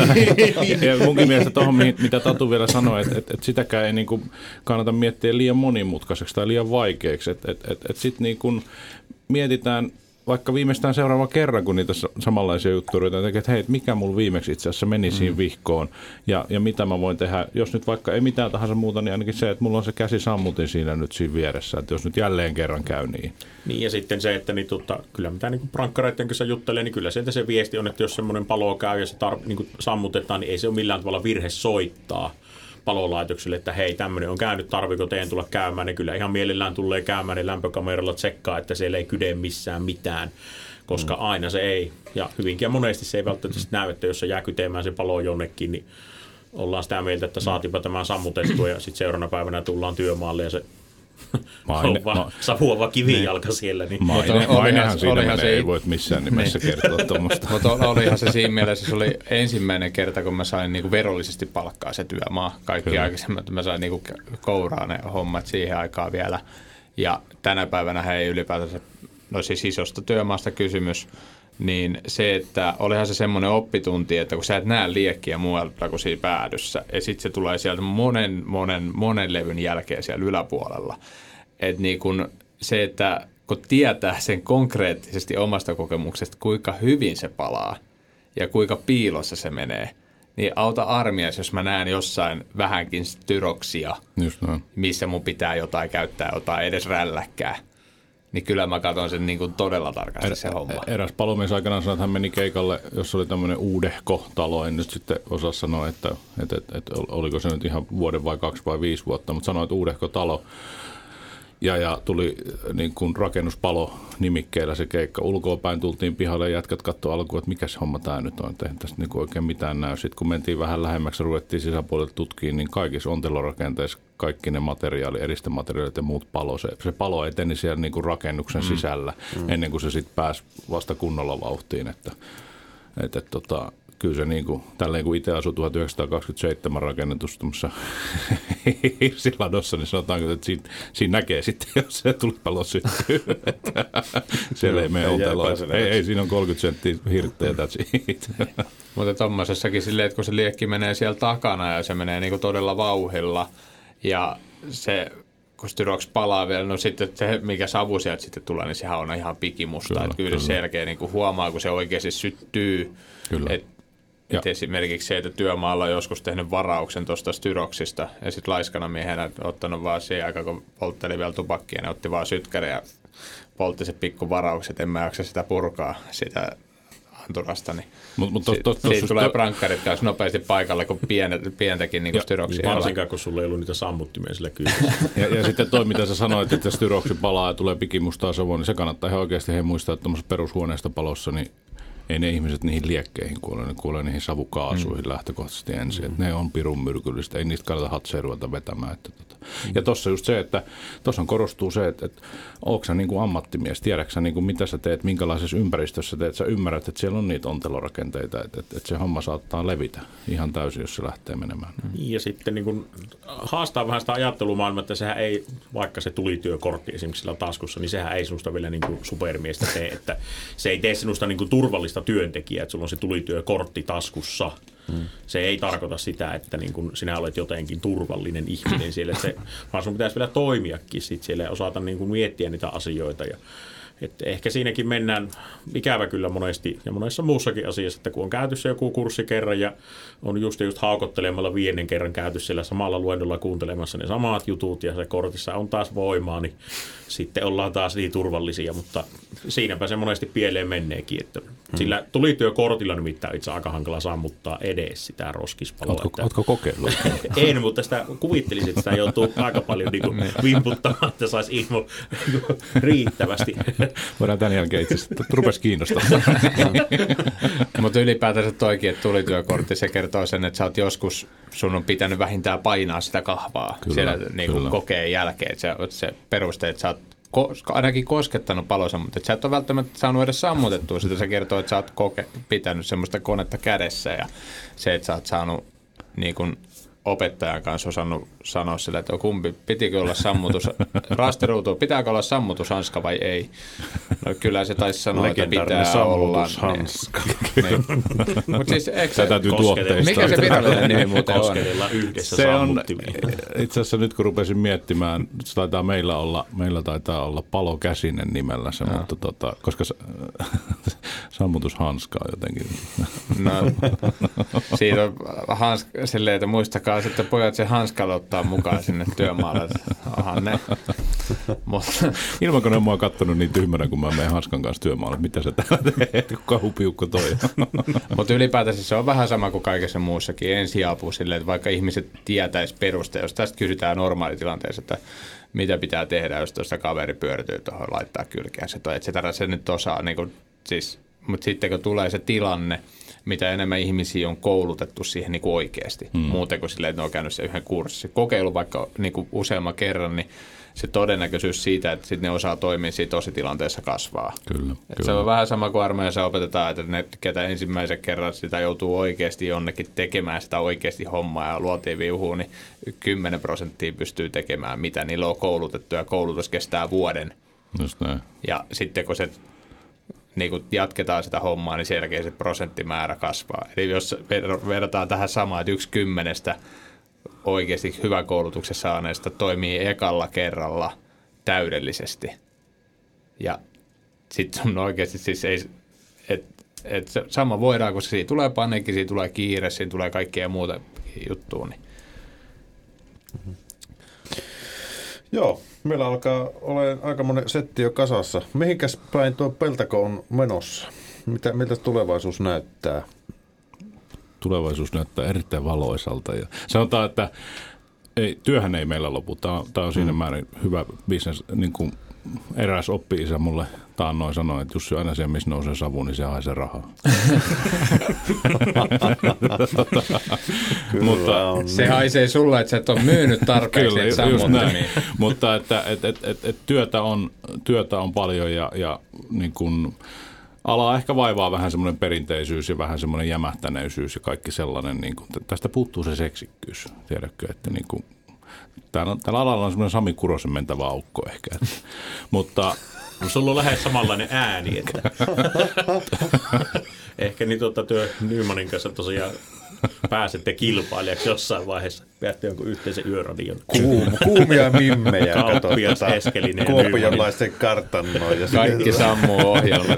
Ja munkin mielestä tuohon, mitä Tatu vielä sanoi, että, että, että sitäkään ei niin kuin kannata miettiä liian monimutkaiseksi tai liian vaikeaksi. Että, että, että, että sitten niin kuin mietitään vaikka viimeistään seuraava kerran, kun niitä samanlaisia juttuja ruvetaan tekemään, että hei, mikä mulla viimeksi itse asiassa meni mm. siinä vihkoon ja, ja mitä mä voin tehdä. Jos nyt vaikka ei mitään tahansa muuta, niin ainakin se, että mulla on se käsi sammutin siinä nyt siinä vieressä, että jos nyt jälleen kerran käy niin. Niin ja sitten se, että niin, tota, kyllä mitä niin prankkareiden kanssa juttelee, niin kyllä sieltä se viesti on, että jos semmoinen palo käy ja se tar- niin sammutetaan, niin ei se ole millään tavalla virhe soittaa palolaitokselle, että hei, tämmöinen on käynyt, tarviko teidän tulla käymään, niin kyllä ihan mielellään tulee käymään, niin lämpökameralla tsekkaa, että siellä ei kyde missään mitään, koska mm. aina se ei, ja hyvinkin ja monesti se ei välttämättä mm. näy, että jos se jää kyteemään se palo jonnekin, niin ollaan sitä mieltä, että saatipa tämän sammutettua, ja sitten seuraavana päivänä tullaan työmaalle, ja se Maine, on vaan ma- savuava kivijalka niin. siellä. Niin. Maine, mainehan siinä menee, se ei voi missään nimessä niin. kertoa tuommoista. Mutta olihan se siinä mielessä, se oli ensimmäinen kerta, kun mä sain niinku verollisesti palkkaa se työmaa. Kaikki Kyllä. aikaisemmin, mä sain niinku kouraa ne hommat siihen aikaan vielä. Ja tänä päivänä ei ylipäätänsä, no siis isosta työmaasta kysymys, niin se, että olihan se semmoinen oppitunti, että kun sä et näe liekkiä muualta kuin siinä päädyssä, ja sitten se tulee sieltä monen, monen, monen levyn jälkeen siellä yläpuolella. Että niin kun se, että kun tietää sen konkreettisesti omasta kokemuksesta, kuinka hyvin se palaa ja kuinka piilossa se menee, niin auta armias, jos mä näen jossain vähänkin styroksia, missä mun pitää jotain käyttää, jotain edes rälläkkää. Niin kyllä mä katson sen niin kuin todella tarkasti er, se homma. Eräs palomies aikanaan sanoi, että hän meni keikalle, jos oli tämmöinen uudehko talo. En nyt sitten osaa sanoa, että, että, että, että oliko se nyt ihan vuoden vai kaksi vai viisi vuotta, mutta sanoi, että uudehko talo. Ja, ja tuli niin kuin rakennuspalo nimikkeellä se keikka. Ulkoapäin tultiin pihalle ja jätkät katsoi alkuun, että mikä se homma tämä nyt on. Eihän tästä niin kuin oikein mitään näy. Sitten kun mentiin vähän lähemmäksi ja ruvettiin sisäpuolelta tutkiin, niin kaikissa ontelorakenteissa kaikki ne materiaali, eristemateriaalit ja muut palo. Se, se palo eteni siellä niin kuin rakennuksen mm. sisällä mm. ennen kuin se sitten pääsi vasta kunnolla vauhtiin. Että, että, että, tota, kyllä se niin kuin, tälleen kun itse asui tuhatyhdeksänsataakaksikymmentäseitsemän rakennetussa tuossa Hirsiladossa, niin sanotaanko, että siinä, siinä näkee sitten, jos se tulipalo syttyy. Siellä ei mene onteloa. Ei, ei, siinä on kolmekymmentä senttiä hirtteitä siitä. Mutta tuommoisessakin silleen, että kun se liekki menee siellä takana ja se menee niin kuin todella vauhilla ja se kun styroks palaa vielä, no sitten se, mikä savu sieltä sitten tulee, niin sehän on ihan pikimusta. Kyllä, että kyllä, kyllä. Se selkeä niin kuin huomaa, kun se oikeasti syttyy. Että et esimerkiksi se, että työmaalla on joskus tehnyt varauksen tuosta styroksista ja sitten laiskana miehenä ottanut vaan siihen aikaan, kun poltteli vielä tupakkia, ne otti vaan sytkäri ja poltti se pikku varaukset, en mä jaksa sitä purkaa sitä anturasta, niin mut, mut tos, tos, tos, siitä tos, tulee to... prankkarit kanssa nopeasti paikalle, kun pienet, pientäkin niin styroksia. Varsinkaan, kun sulla ei ollut niitä sammuttimia sillä kyllä. ja, ja sitten toi, mitä sä sanoit, että styroksi palaa ja tulee pikimustaa savua, niin se kannattaa ihan oikeasti he muistaa, että tuommoisessa perushuoneesta palossa, niin ei ne ihmiset niihin liekkeihin kuole, ne kuolee niihin savukaasuihin mm. lähtökohtaisesti ensin. Mm. Ne on pirun myrkyllistä, ei niistä kannata hatseja ruveta vetämään. Että, tota. mm. Ja tuossa just se, että tuossa korostuu se, että, että ootko sä niin kuin ammattimies, tiedätkö sä niin kuin mitä sä teet, minkälaisessa ympäristössä teet, sä ymmärrät, että siellä on niitä ontelorakenteita, että, että, että se homma saattaa levitä ihan täysin, jos se lähtee menemään. Mm. Ja sitten niin kuin haastaa vähän sitä ajattelumaailmaa, että sehän ei, vaikka se tulityökortti esimerkiksi sillä taskussa, niin sehän ei sinusta vielä niin kuin supermiestä tee, että se ei tee sinusta niin kuin turvallista työntekijä, että sulla on se tulityökortti taskussa. Hmm. Se ei tarkoita sitä, että niin kun sinä olet jotenkin turvallinen ihminen siellä, se, vaan sun pitäisi vielä toimiakin sit siellä ja osata niin kun miettiä niitä asioita. Ja, että ehkä siinäkin mennään ikävä kyllä monesti ja monessa muussakin asiassa, että kun on käyty se joku kurssi kerran ja on just just haukottelemalla viiden kerran käyty siellä samalla luennolla kuuntelemassa ne samat jutut ja se kortissa on taas voimaa, niin sitten ollaan taas niin turvallisia, mutta siinäpä se monesti pieleen menneekin, että hmm. sillä tulityökortilla nimittäin itse aika hankala sammuttaa edes sitä roskispaloa. Ootko, että... ootko kokeillut? En, mutta sitä kuvittelisin, että sitä joutuu aika paljon niin kuin vimputtamaan, että saisi ilmo riittävästi. Voidaan tämän jälkeen itse asiassa, että rupesi kiinnostamaan. Mutta ylipäätänsä toikin, että tulityökortti, se kertoo sen, että sä oot joskus, sun on pitänyt vähintään painaa sitä kahvaa kyllä, siellä niin kuin kokeen jälkeen. Se, se peruste, että sä oot ko- ainakin koskettanut palonsa, mutta et sä et ole välttämättä saanut edes sammutettua sitä. Se kertoo, että sä oot koke- pitänyt semmoista konetta kädessä ja se, että sä oot saanut niin kuin opettajan kanssa osannut sanoa sille, että kumpi, pitikö olla sammutus, rastiruutu, pitääkö olla sammutushanska vai ei? No kyllä se taisi sanoa, että pitää olla. Sammutushanska. Niin. Mut siis, se täytyy tuotteista. Mikä se virallinen nimi muuten on? Yhdessä se on, itse asiassa nyt kun rupesin miettimään, se taitaa meillä olla, meillä taitaa olla Palokäsinen nimellä se, no. mutta tota, koska sammutushanska on jotenkin. No, siitä on hanska, silleen, että muistakaa sitten pojat se hanskalla ottaa mukaan sinne työmaalle. Onhan ne. Mutta ilman kun ne mua kattonut niin tyhmänä, kun mä menen hanskan kanssa työmaalle. Mitä sä täällä teet, kun kauhupiukko toi. Mutta ylipäätään se on vähän sama kuin kaikessa muussakin. Ensiapu silleen, että vaikka ihmiset tietäisi perusta, jos tästä kysytään normaalitilanteessa, että mitä pitää tehdä, jos tuossa kaveri pyörityy tuohon laittaa kylkeänsä tai et cetera. Se nyt osaa, niin kuin, siis, mutta sitten kun tulee se tilanne, mitä enemmän ihmisiä on koulutettu siihen niin kuin oikeasti, hmm. muuten kuin silleen, että ne on käynyt sen yhden kurssin. Kokeilu vaikka niin kuin useamman kerran, niin se todennäköisyys siitä, että sitten ne osaa toimia siinä tositilanteessa kasvaa. Kyllä, kyllä. Se on vähän sama kuin armeijassa opetetaan, että ne, ketä ensimmäisen kerran sitä joutuu oikeasti jonnekin tekemään sitä oikeasti hommaa ja luotiin viuhuun, niin kymmenen prosenttia pystyy tekemään, mitä niillä on koulutettu ja koulutus kestää vuoden. Just näin. Ja sitten kun se niin kun jatketaan sitä hommaa, niin sen jälkeen se prosenttimäärä kasvaa. Eli jos verrataan tähän samaan, että yksi kymmenestä oikeasti hyvän koulutuksen saaneesta toimii ekalla kerralla täydellisesti. Ja sitten on oikeasti siis ei, että et sama voidaan, koska siitä tulee paniikki, siitä tulee kiire, siitä tulee kaikkea muuta juttua. Niin. Mm-hmm. Joo, meillä alkaa olla aika monen setti jo kasassa. Mihinkäs päin tuo Peltako on menossa? Mitä, miltä tulevaisuus näyttää? Tulevaisuus näyttää erittäin valoisalta. Ja sanotaan, että ei, työhän ei meillä lopu. Tämä on, tämä on siinä määrin hyvä bisnes. Niin kuin eräs oppi-isä mulle taannoin sanoi, että Jussi aina siellä, missä nousee savu, niin se haisee rahaa. Mutta on se niin. Haisee sulla, että sä et ole myynyt tarpeeksi sammuttamiin. Mutta että et, et, et, et työtä, on, työtä on paljon ja, ja niin kuin alaa ehkä vaivaa vähän semmoinen perinteisyys ja vähän semmoinen jämähtäneisyys ja kaikki sellainen. Niin kuin, tästä puuttuu se seksikkyys, tiedätkö, että niin kuin, täällä, täällä alalla on semmoinen Sami Kurosen mentävä aukko ehkä. Että, mutta no, sulla on lähes samanlainen ääni, että ehkä niin tuota työ Nymanin kanssa tosiaan pääsette kilpailijaksi jossain vaiheessa. Päätte jonkun yhteisen yöradion. Kuum, kuumia mimmejä. Kauppias Eskelinen ja Kuopionlaisten kartannoin. Kaikki sammuu ohjelmat.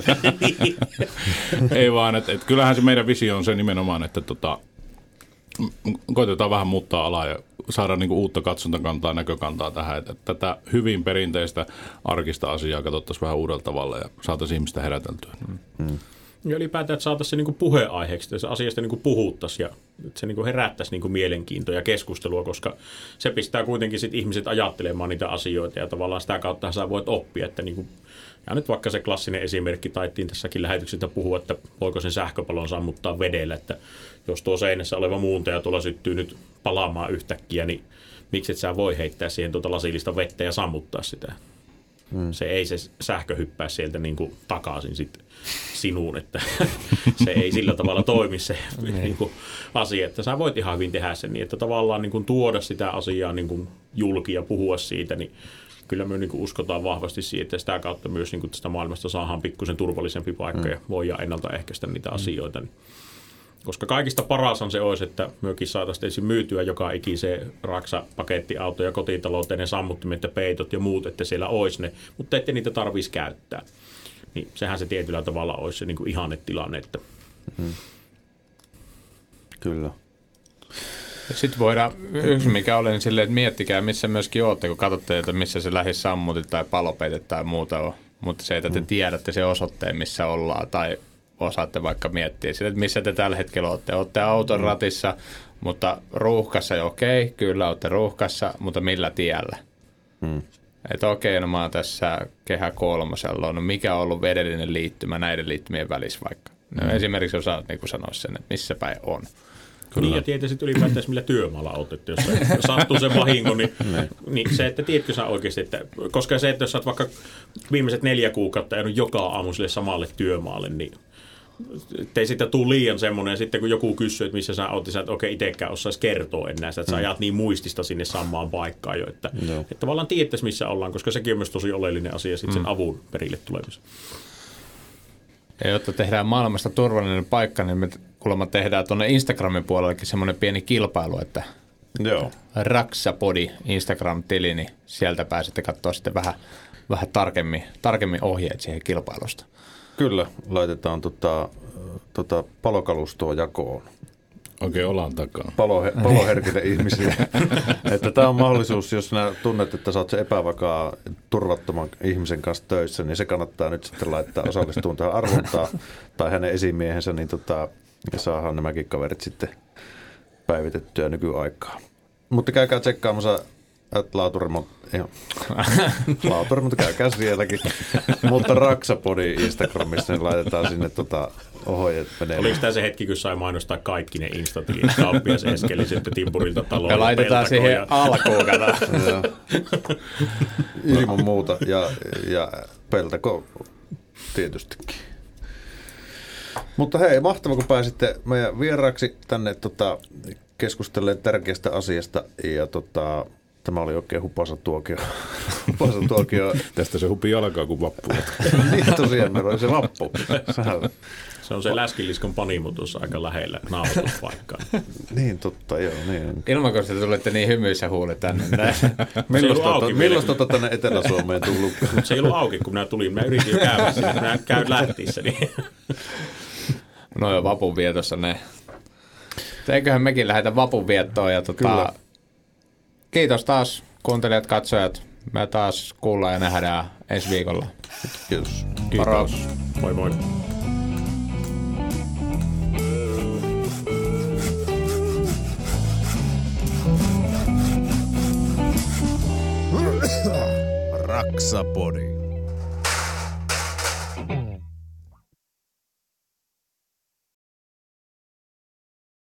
Ei vaan, että et kyllähän se meidän visio on se nimenomaan, että tota, koitetaan vähän muuttaa alaa ja saada niinku uutta katsontakantaa, näkökantaa tähän. Että tätä hyvin perinteistä arkista asiaa katsottaisiin vähän uudella tavalla ja saataisiin ihmistä heräteltyä. Mm. Ja ylipäätään, että saataisiin se niinku puheenaiheeksi, että se asiasta niinku puhuttaisiin ja että se niinku herättäisi niinku mielenkiintoa ja keskustelua, koska se pistää kuitenkin sit ihmiset ajattelemaan niitä asioita ja tavallaan sitä kautta sä voit oppia, että niinku, ja nyt vaikka se klassinen esimerkki taittiin tässäkin lähetyksessä puhua, että voiko sen sähköpalon sammuttaa vedellä, että jos tuo seinässä oleva muuntaja tuolla syttyy nyt palaamaan yhtäkkiä, niin miksi et sä voi heittää siihen tuota lasillista vettä ja sammuttaa sitä? Hmm. Se ei se sähkö hyppää sieltä niin kuin takaisin sit sinuun, että se ei sillä tavalla toimi se niin kuin asia, että sä voit ihan hyvin tehdä sen niin, että tavallaan niin kuin tuoda sitä asiaa niin kuin julki ja puhua siitä, niin kyllä me niin kuin uskotaan vahvasti siihen, että sitä kautta myös niin kuin tästä maailmasta saadaan pikkusen turvallisempi paikka hmm. ja voidaan ennaltaehkäistä niitä hmm. asioita. Niin. Koska kaikista parashan se olisi, että myöskin saataisiin ensin myytyä joka ikiseen raksa, pakettiauto ja kotitalouteen ne sammuttimet ja peitot ja muut, että siellä olisi ne, mutta ette niitä tarvitsisi käyttää. Niin sehän se tietyllä tavalla olisi se niin kuin ihannetilanne. Että. Hmm. Kyllä. Sitten voidaan, yksi mikä olen silleen, että miettikää missä myöskin olette, kun katsotte, että missä se lähes sammutit tai palopeite tai muuta on. Mutta se, että te tiedätte se osoitteen, missä ollaan tai osaatte vaikka miettiä sitä, että missä te tällä hetkellä olette. Olette auton ratissa, mutta ruuhkassa, okei, kyllä olette ruuhkassa, mutta millä tiellä? Hmm. Että okei, no mä oon tässä kehä kolmosella, no mikä on ollut vedellinen liittymä näiden liittymien välissä vaikka? No hmm. esimerkiksi osaat niin sanoa sen, että missä päin on. Kyllä. Niin ja tietysti ylipäätään millä työmaalla olet, että jos sattuu se vahinko, niin, niin se, että tiedätkö sä oikeasti, että koska se, että jos sä oot vaikka viimeiset neljä kuukautta jäänyt joka aamu sille samalle työmaalle, niin ettei siitä tule liian semmoinen, ja sitten kun joku kysyy, että missä sä oot, niin että okei, itsekään osaisi kertoa enää sitä, että sä ajat niin muistista sinne samaan paikkaan jo, että, no. että tavallaan tietäisi, missä ollaan, koska sekin on myös tosi oleellinen asia sitten sen avun perille tulemisessa. Ja jotta tehdään maailmasta turvallinen paikka, niin me kuulemma tehdään tuonne Instagramin puolellekin semmoinen pieni kilpailu, että Joo. Raksapodi Instagram-tili, niin sieltä pääsette katsoa sitten vähän, vähän tarkemmin, tarkemmin ohjeet siihen kilpailusta. Kyllä, laitetaan tota, tota palokalustoa jakoon. Okei, olan takaa. Palohe, paloherkille ihmisille. Että tämä on mahdollisuus, jos sinä tunnet, että sä oot se epävakaa, turvattoman ihmisen kanssa töissä, niin se kannattaa nyt sitten laittaa osallistuun tähän arvontaan tai hänen esimiehensä, niin tota, saadaan nämäkin kaverit sitten päivitettyä nykyaikaa. Mutta käykää tsekkaamassa Laaturemontti, Laaturemontti, käykää sielläkin. Mutta Raksapodi Instagramissa, niin laitetaan sinne tota ohjeet menemään. Oliko tämä se hetki, kun sai mainostaa kaikki ne instatilit, kauppias Eskeli, sitten Timpurilta taloon. Ja laitetaan siihen ja alkuun, kato. Ilman muuta, ja, ja Peltako tietystikin. Mutta hei, mahtavaa, kun pääsitte meidän vieraaksi tänne tota, keskustelemaan tärkeästä asiasta, ja tota, tämä oli oikein hupasa tuokio. hupasa tuokio. Tästä se hupi alkaa kuin vappu. Niin tosiaan, meillä oli se vappu. Sähän... Se on se Läskiliskon panimo tuossa aika lähellä nauhoituspaikkaa. Niin totta, joo. Niin. Ilman, kun te tulette niin hymyissä huulet tänne. Milloin tuota tänne Etelä-Suomeen tullut? Se ei ollut auki, kun minä tulin. Mä yritin jo käydä sinne, kun minä käyn lähtissä. Niin. No jo vapun vietossa ne. Eiköhän mekin lähetä vapun viettoon. Ja tota, kiitos taas kuuntelijat, katsojat. Me taas kuullaan ja nähdään ensi viikolla. Kiitos. Kiitos. Moi moi. Raksapodi.